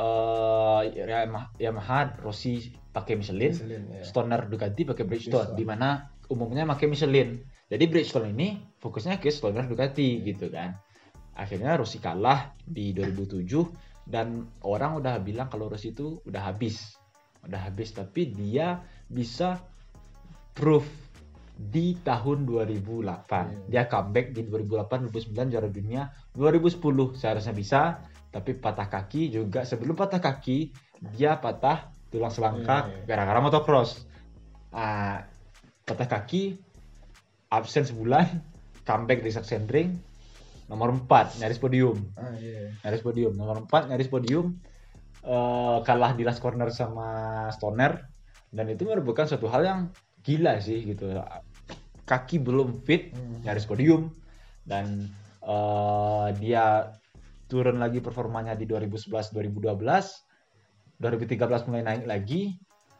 uh, Yamaha Rossi pakai Michelin, Michelin yeah. Stoner Ducati pakai Bridgestone, di mana umumnya pakai Michelin. Jadi Bridgestone ini fokusnya ke Stoner Ducati gitu kan. Akhirnya Rossi kalah di dua ribu tujuh dan orang udah bilang kalau Rossi itu udah habis. Udah habis, tapi dia bisa proof di tahun dua ribu delapan. Yeah. Dia comeback di dua ribu delapan, dua ribu sembilan juara dunia, dua ribu sepuluh seharusnya bisa, tapi patah kaki juga. Sebelum patah kaki, dia patah tulang selangkak yeah, yeah. gara-gara motocross. Uh, patah kaki, absen sebulan, comeback di Sachsenring, nomor empat, nyaris podium. Ah, yeah. Nyaris podium, nomor empat, nyaris podium. Uh, kalah di last corner sama Stoner, dan itu merupakan suatu hal yang gila sih gitu, kaki belum fit hmm. nyaris podium, dan uh, dia turun lagi performanya di dua ribu sebelas dua ribu dua belas, dua ribu tiga belas mulai naik lagi,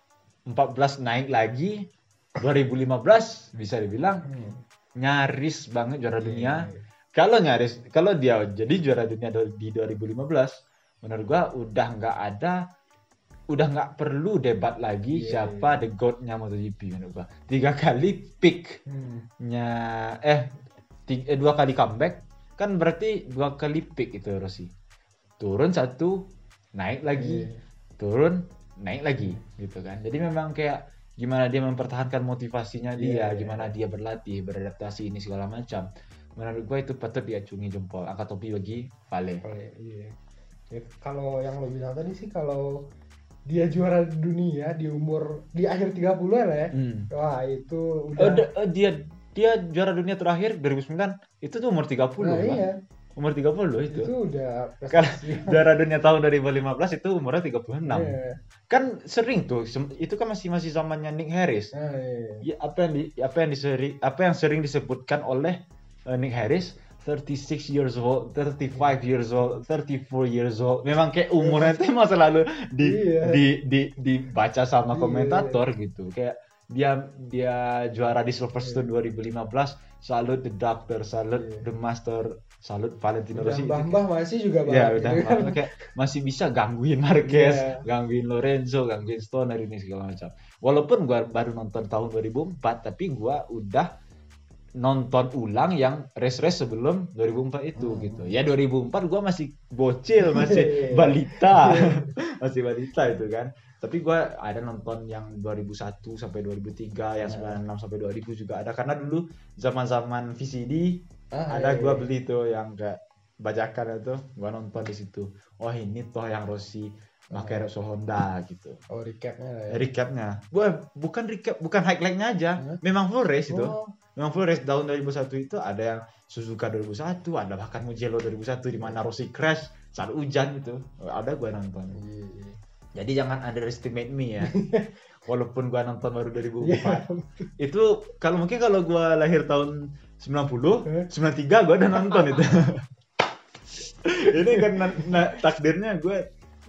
empat belas naik lagi, dua ribu lima belas bisa dibilang hmm. nyaris banget juara dunia. Hmm. Kalau nyaris, kalau dia jadi juara dunia di dua ribu lima belas, menurut gua udah nggak ada udah nggak perlu debat lagi yeah, siapa yeah. the goat-nya MotoGP menurut gua. Tiga kali pick-nya hmm. eh, tiga, eh dua kali comeback kan berarti dua kali pick itu Rossi. Turun satu, naik lagi, yeah. turun, naik lagi gitu kan. Jadi memang kayak gimana dia mempertahankan motivasinya dia, yeah, gimana yeah. dia berlatih, beradaptasi ini segala macam. Menurut gua itu patut diacungi jempol, angkat topi bagi Vale. Vale iya. Ya, kalau yang lo bilang tadi sih, kalau dia juara dunia di umur di akhir tiga puluh lah ya. Hmm. Wah, itu udah oh, d- oh, dia dia juara dunia terakhir dua ribu sembilan itu tuh umur tiga puluh. Nah, iya. Umur tiga puluh itu. Itu udah kan juara dunia tahun dua ribu lima belas itu umurnya tiga puluh enam. Yeah. Kan sering tuh, itu kan masih masih zamannya Nick Harris. Nah, iya. Ya, apa yang di, apa yang diseri, apa yang sering disebutkan oleh uh, Nick Harris, thirty-six years old, thirty-five years old, thirty-four years old. Memang kayak umurnya itu emang selalu di, yeah. di, di, dibaca sama komentator yeah. gitu. Kayak dia dia juara di Silverstone yeah. dua ribu lima belas, salut the doctor, salut yeah. the master, salut Valentino Rossi. Mbah-mbah masih juga banget. Ya, udah gitu kan. Kayak masih bisa gangguin Marquez, yeah. gangguin Lorenzo, gangguin Stoner ini segala macam. Walaupun gua baru nonton tahun dua ribu empat, tapi gua udah nonton ulang yang race-race sebelum dua ribu empat itu hmm. gitu. Ya dua ribu empat gua masih bocil, masih balita. masih balita itu kan. Tapi gua ada nonton yang dua ribu satu sampai dua ribu tiga, yang sembilan puluh enam sampai dua ribu juga ada, karena dulu zaman-zaman V C D ah, ada iya, gua iya. beli tuh yang kayak bajakan itu, gua nonton di situ. Oh, ini toh yang Rossi pakai Repsol Honda gitu. Oh, recapnya lah ya. Recapnya. Gua bukan recap, bukan highlight-nya aja. Hmm? Memang full race itu. Oh. Memang full race tahun dua ribu satu itu ada yang Suzuka dua ribu satu, ada bahkan Mugello dua ribu satu di mana Rossi crash saat hujan itu. Ada gua nonton. Iya, iya. Jadi jangan underestimate me ya. Walaupun gua nonton baru dua ribu empat. Itu kalau mungkin kalau gua lahir tahun sembilan puluh, sembilan puluh tiga gua udah nonton itu. Ini kan na- na- takdirnya gue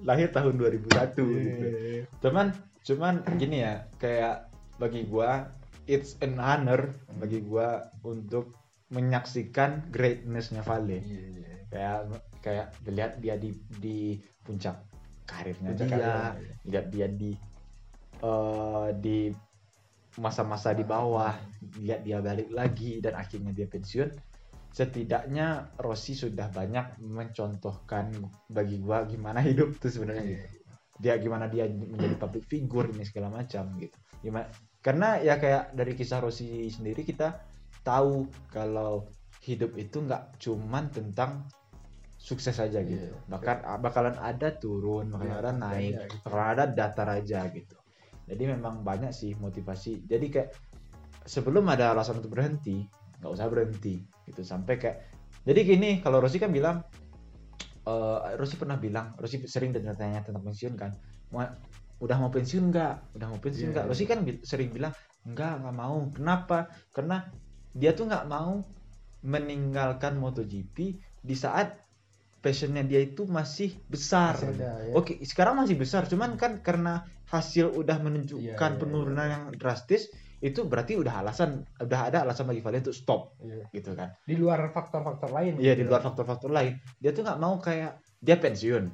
lahir tahun dua ribu satu gitu. Iya. Cuman cuman gini ya, kayak bagi gua it's an honor bagi gua untuk menyaksikan greatness-nya Vale. Iya, iya. Kayak kayak lihat dia di di puncak karirnya Puncak dia, karirnya. lihat dia di eh, di masa-masa di bawah, lihat dia balik lagi dan akhirnya dia pensiun. Setidaknya Rossi sudah banyak mencontohkan bagi gua gimana hidup tuh sebenarnya gitu. Dia gimana dia menjadi public figure ini segala macam gitu. Gimana? Karena ya kayak dari kisah Rossi sendiri kita tahu kalau hidup itu nggak cuman tentang sukses aja gitu. Iya. Bahkan bakalan ada turun, bakalan Iya, ada naik, iya, gitu. bakalan ada datar aja gitu. Jadi memang banyak sih motivasi. Jadi kayak sebelum ada alasan untuk berhenti, nggak usah berhenti gitu. Sampai kayak jadi gini, kalau Rossi kan bilang, uh, Rossi pernah bilang, Rossi sering ditanya tentang pensiun kan, mau, udah mau pensiun nggak? Udah mau pensiun nggak? Iya, Rossi iya. kan bi- sering bilang nggak, nggak mau. Kenapa? Karena dia tuh nggak mau meninggalkan MotoGP di saat passionnya dia itu masih besar. Masih ada, ya. Oke, sekarang masih besar, cuman kan karena hasil udah menunjukkan Iya, iya, penurunan yang drastis, itu berarti udah alasan, udah ada alasan bagi Vale untuk stop, Iya. gitu kan? Di luar faktor-faktor lain. Iya, di luar faktor-faktor lain, dia tuh nggak mau kayak dia pensiun,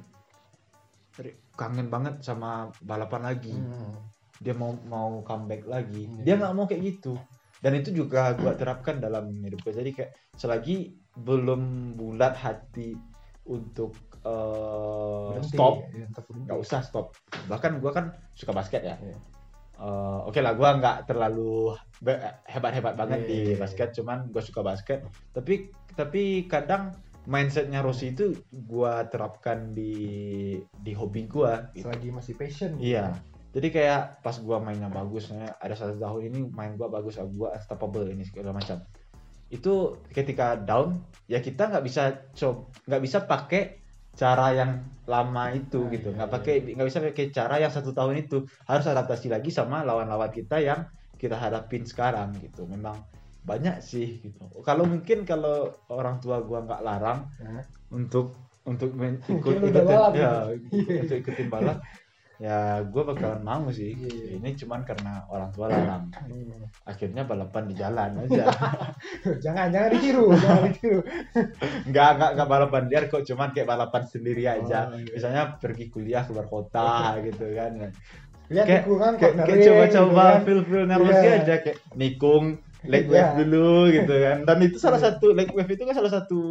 kangen banget sama balapan lagi, Hmm. dia mau mau comeback lagi, Iya. dia nggak mau kayak gitu. Dan itu juga gua terapkan dalam hidup gue. Jadi kayak selagi belum bulat hati untuk uh, Berhenti, stop, ya, tetap berhenti. nggak usah stop. Bahkan gue kan suka basket ya. Iya. Uh, Oke lah, gue nggak terlalu be- hebat-hebat banget Iya, di iya, iya. basket, cuman gue suka basket. Tapi tapi kadang mindsetnya Rossi itu gue terapkan di di hobi gue. Gitu. Selagi masih passion. Iya. Jadi kayak pas gue mainnya bagus, ada satu tahun ini main gue bagus, gue unstoppable ini segala macam. Itu ketika down, ya kita nggak bisa coba, nggak bisa pakai cara yang lama itu Nah, gitu, iya, nggak iya. pakai nggak bisa pakai cara yang satu tahun itu, harus adaptasi lagi sama lawan-lawan kita yang kita hadapin sekarang gitu. Memang banyak sih gitu. Kalau mungkin kalau orang tua gua nggak larang Hah? untuk untuk men- ikut Mungkin udah ikutin balap ya gitu. untuk ikutin balap, ya gua bakalan mau sih. Iya, iya. Ini cuman karena orang tua larang. Hmm. Akhirnya balapan di jalan aja. jangan jangan ditiru, jangan ditiru. Nggak, nggak, nggak balapan liar kok, cuman kayak balapan sendiri aja. Oh, iya. Misalnya pergi kuliah keluar kota gitu kan. Lihat Kayak, tikungan kayak, cornering, kayak coba-coba gitu kan. feel-feel nervous Iya. aja, kayak nikung, leg Iya. wave dulu gitu kan. Dan itu salah Iya. satu, leg wave itu kan salah satu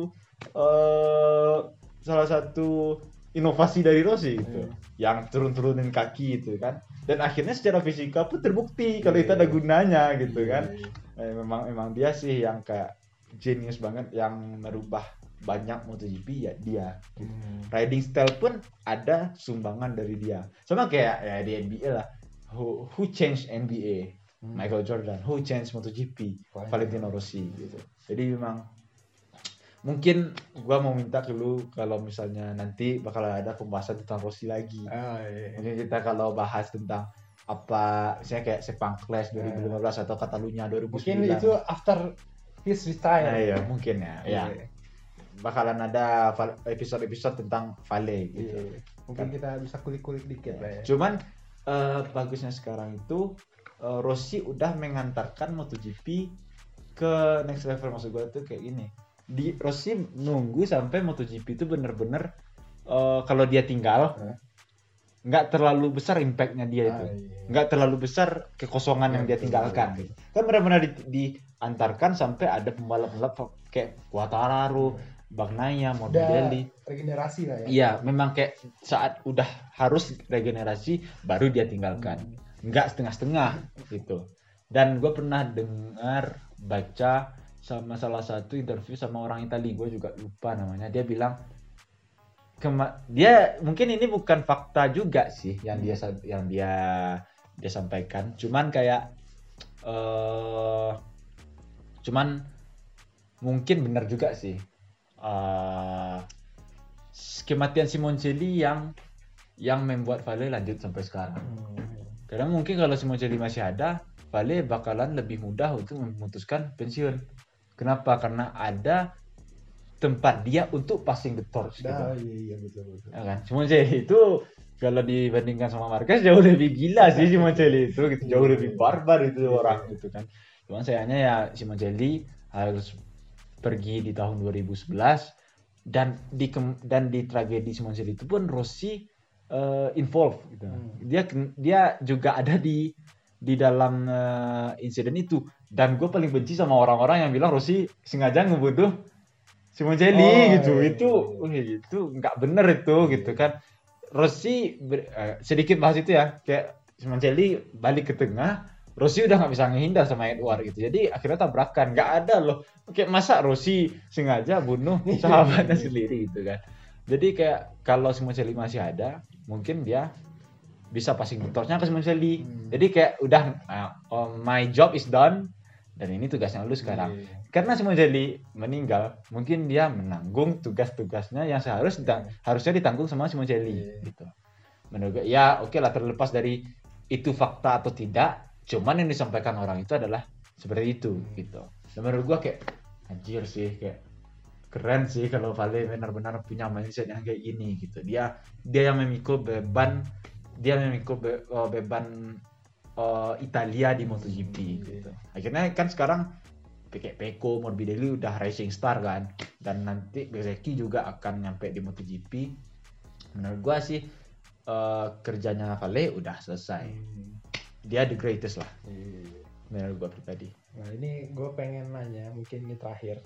eh salah satu inovasi dari Rossi gitu. Iya. Yang turun-turunin kaki gitu kan. Dan akhirnya secara fisika pun terbukti kalau Iya. itu ada gunanya gitu Iya, kan. iya. Eh, memang memang dia sih yang kayak genius banget, yang merubah banyak MotoGP ya dia. Hmm. Riding style pun ada sumbangan dari dia. Sama kayak ya di N B A lah. Who, who changed N B A? Hmm. Michael Jordan. Who changed MotoGP? Valentino. Valentino Rossi gitu. Jadi memang mungkin gua mau minta dulu kalau misalnya nanti bakal ada pembahasan tentang Rossi lagi. Ah, iya. Mungkin kita kalau bahas tentang apa, misalnya kayak Sepang Clash dua ribu lima belas atau Catalunya dua ribu sembilan. Mungkin itu after his retire. Nah, iya, mungkin ya. Ya. Iya. Bakalan ada val- episode-episode tentang Vale gitu. Iya. Mungkin kita bisa kulik-kulik dikit lah ya. Cuman eh, bagusnya sekarang itu eh, Rossi udah mengantarkan MotoGP ke next level. Maksud gue tuh kayak gini. Di Rossi nunggu sampai MotoGP itu bener-bener eh, kalau dia tinggal Hah? nggak terlalu besar impactnya dia itu. Ah, iya. Nggak terlalu besar kekosongan yang dia Betul, tinggalkan. betul. Gitu. Kan benar-benar di- diantarkan sampai ada pembalap-pembalap kayak Quartararo, Bagnaia, Morbidelli. Regenerasi lah ya. Iya, memang kayak saat udah harus regenerasi baru dia tinggalkan. Nggak setengah-setengah gitu. Dan gue pernah dengar, baca sama salah satu interview sama orang Italia, gue juga lupa namanya. Dia bilang kema- dia mungkin ini bukan fakta juga sih yang dia sa- yang dia dia sampaikan. Cuman kayak eh cuman mungkin benar juga sih. Eh kematian Simoncelli yang yang membuat Vale lanjut sampai sekarang. Hmm. Karena mungkin kalau Simoncelli masih ada, Vale bakalan lebih mudah untuk memutuskan pensiun. Kenapa? Karena ada tempat dia untuk passing the torch gitu. Nah, iya iya betul betul. Ya kan? Simoncelli itu kalau dibandingkan sama Marquez jauh lebih gila sih Simoncelli itu gitu, jauh lebih barbar itu orang gitu kan. Cuman sayangnya ya Simoncelli harus pergi di tahun dua ribu sebelas dan di dan di tragedi Simoncelli itu pun Rossi uh, involved gitu. Hmm. Dia dia juga ada di di dalam uh, insiden itu, dan gue paling benci sama orang-orang yang bilang Rossi sengaja ngebunuh Simoncelli oh, gitu. Iya, itu iya. itu nggak bener itu iya. gitu kan. Rossi ber, uh, sedikit bahas itu ya, kayak Simoncelli balik ke tengah, Rossi udah nggak bisa ngehindar sama Edward gitu, jadi akhirnya tabrakan. Nggak ada loh, kayak masa Rossi sengaja bunuh sahabatnya sendiri gitu kan. Jadi kayak kalau Simoncelli masih ada, mungkin dia bisa passing the torch-nya ke Simoncelli. Hmm. Jadi kayak udah uh, oh, my job is done dan ini tugasnya lu sekarang. Yeah. Karena Simoncelli meninggal, mungkin dia menanggung tugas-tugasnya yang seharusnya hmm. harusnya ditanggung sama Simoncelli yeah. gitu. Menurut gue ya oke okay lah, terlepas dari itu fakta atau tidak, cuman yang disampaikan orang itu adalah seperti itu hmm. gitu. Dan menurut gue kayak anjir sih, kayak keren sih kalau Vale benar-benar punya mindset yang kayak gini gitu. Dia dia yang memikul beban dia memikul be, uh, beban uh, Italia di MotoGP gitu. Akhirnya kan sekarang kayak Pecco, Morbidelli udah racing star kan, dan nanti Bezzecchi juga akan nyampe di MotoGP. Menurut gua sih uh, kerjanya Vale udah selesai. Dia the greatest lah. Menurut gua pribadi. Nah ini gua pengen nanya, mungkin ini terakhir.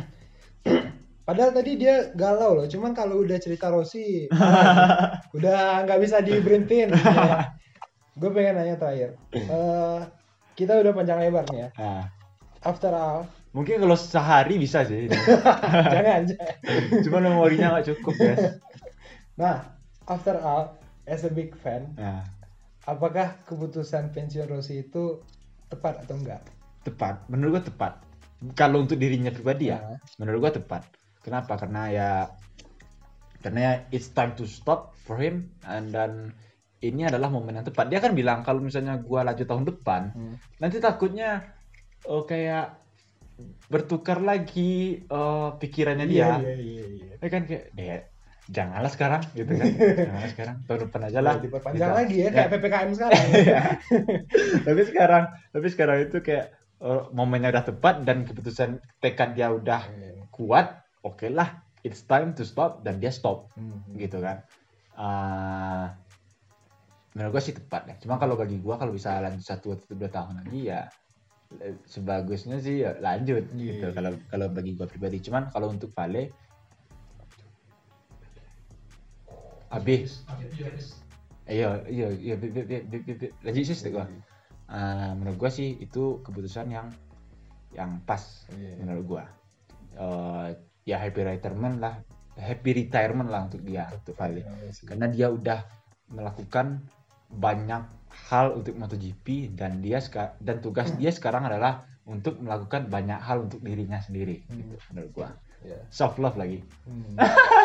Padahal tadi dia galau loh, cuman kalau udah cerita Rossi ah, udah nggak bisa diberhentiin. Ya. Gue pengen nanya terakhir, uh, kita udah panjang lebar nih ya. Ah. After all, mungkin kalau sehari bisa sih. jangan, jangan. Cuma memorinya nggak cukup guys. Nah, after all, as a big fan, ah. apakah keputusan pensiun Rossi itu tepat atau enggak? Tepat, menurut gue tepat. Kalau untuk dirinya pribadi ya, ah. menurut gue tepat. Kenapa? Karena ya karena ya it's time to stop for him, and dan ini adalah momen yang tepat. Dia kan bilang kalau misalnya gua lanjut tahun depan, hmm. nanti takutnya oh, kayak bertukar lagi uh, pikirannya dia. Iya iya iya. Ya kan kayak deh janganlah sekarang gitu kan. Janganlah sekarang, tahun depan aja lah. Diperpanjang gitu. lagi ya kayak ya. P P K M sekarang. tapi sekarang, tapi sekarang itu kayak uh, momennya udah tepat dan keputusan tekad dia udah hmm. kuat. Oke okay lah, it's time to stop, dan dia stop, hmm. gitu kan. Uh, menurut gue sih tepat ya. Cuma kalau bagi gue kalau bisa lanjut satu atau dua tahun lagi ya sebagusnya sih ya lanjut, yeah. gitu. Kalau kalau bagi gue pribadi. Cuman kalau untuk Vale, habis. Iya iya iya lanjut sih gue. Uh, menurut gue sih itu keputusan yang yang pas, yeah. menurut gue. Uh, ya happy retirement lah, happy retirement lah untuk dia, untuk Vale, karena dia udah melakukan banyak hal untuk MotoGP, dan dia dan tugas dia sekarang adalah untuk melakukan banyak hal untuk dirinya sendiri, hmm. gitu menurut gua. Yeah. Self love lagi. Hmm.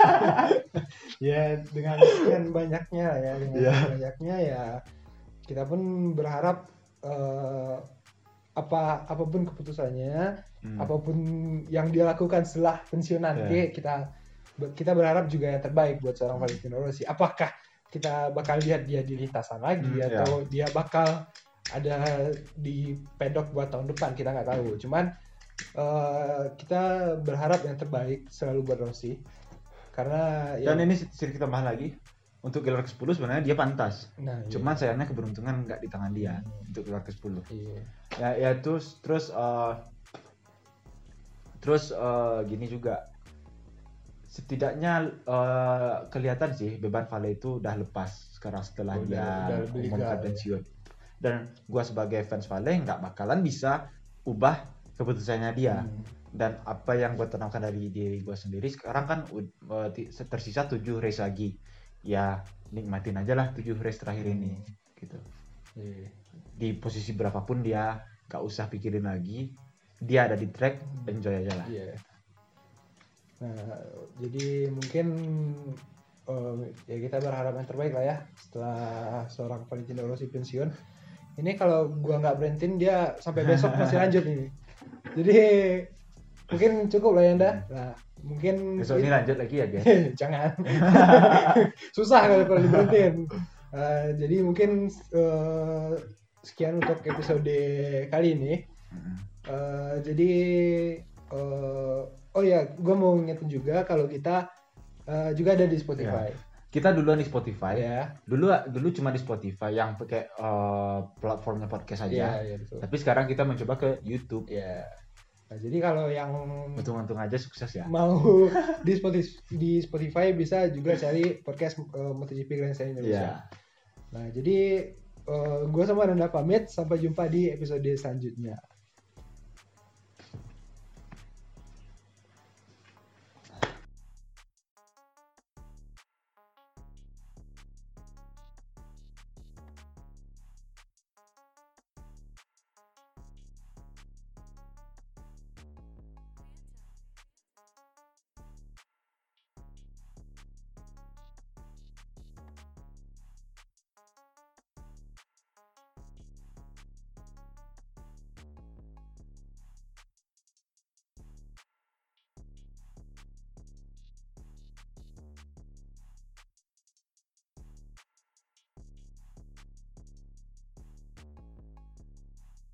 ya dengan dengan banyaknya ya, dengan yeah. banyaknya ya kita pun berharap uh, apa apapun keputusannya. Hmm. Apapun yang dia lakukan setelah pensiun nanti, yeah. kita kita berharap juga yang terbaik buat seorang Valentino Rossi. Apakah kita bakal lihat dia di lintasan lagi, hmm, atau yeah. dia bakal ada di pedok buat tahun depan, kita nggak tahu. Cuman uh, kita berharap yang terbaik selalu buat Rossi, karena dan ya, ini sedikit tambahan lagi, untuk gelar ke sepuluh sebenarnya dia pantas. Nah, cuman iya. sayangnya keberuntungan nggak di tangan dia hmm. untuk gelar ke sepuluh. Iya. Ya ya terus terus uh, Terus uh, gini juga, setidaknya uh, kelihatan sih beban Vale itu udah lepas sekarang setelah oh, dia umumkan pensiun. Dan gua sebagai fans Vale nggak bakalan bisa ubah keputusannya dia. Hmm. Dan apa yang gua tanamkan dari diri gua sendiri sekarang kan uh, tersisa tujuh race lagi. Ya nikmatin aja lah tujuh race terakhir hmm. ini, gitu. Yeah. Di posisi berapapun dia nggak usah pikirin lagi. Dia ada di track, enjoy aja lah. Iya. Nah, jadi mungkin uh, ya kita berharap yang terbaik lah ya setelah seorang Valentino Rossi pensiun. Ini kalau gua nggak berhentiin dia sampai besok masih lanjut ini. Jadi mungkin cukup lah ya Nda. Nah, Mungkin Besok ini lanjut lagi ya guys. jangan. Susah kalau kalau diberhentiin. Uh, jadi mungkin uh, sekian untuk episode kali ini. Uh, jadi uh, oh ya, gue mau ngingetin juga kalau kita uh, juga ada di Spotify. Ya. Kita duluan di Spotify. Ya. Dulu dulu cuma di Spotify yang pakai uh, platformnya podcast aja. Ya, ya, betul. Tapi sekarang kita mencoba ke YouTube. Ya. Nah, jadi kalau yang untung-untung aja sukses ya. Mau di Spotify, di Spotify bisa juga cari podcast uh, MotoGP Grandstand Indonesia. Ya. Nah, jadi uh, gue sama Randa pamit, sampai jumpa di episode selanjutnya.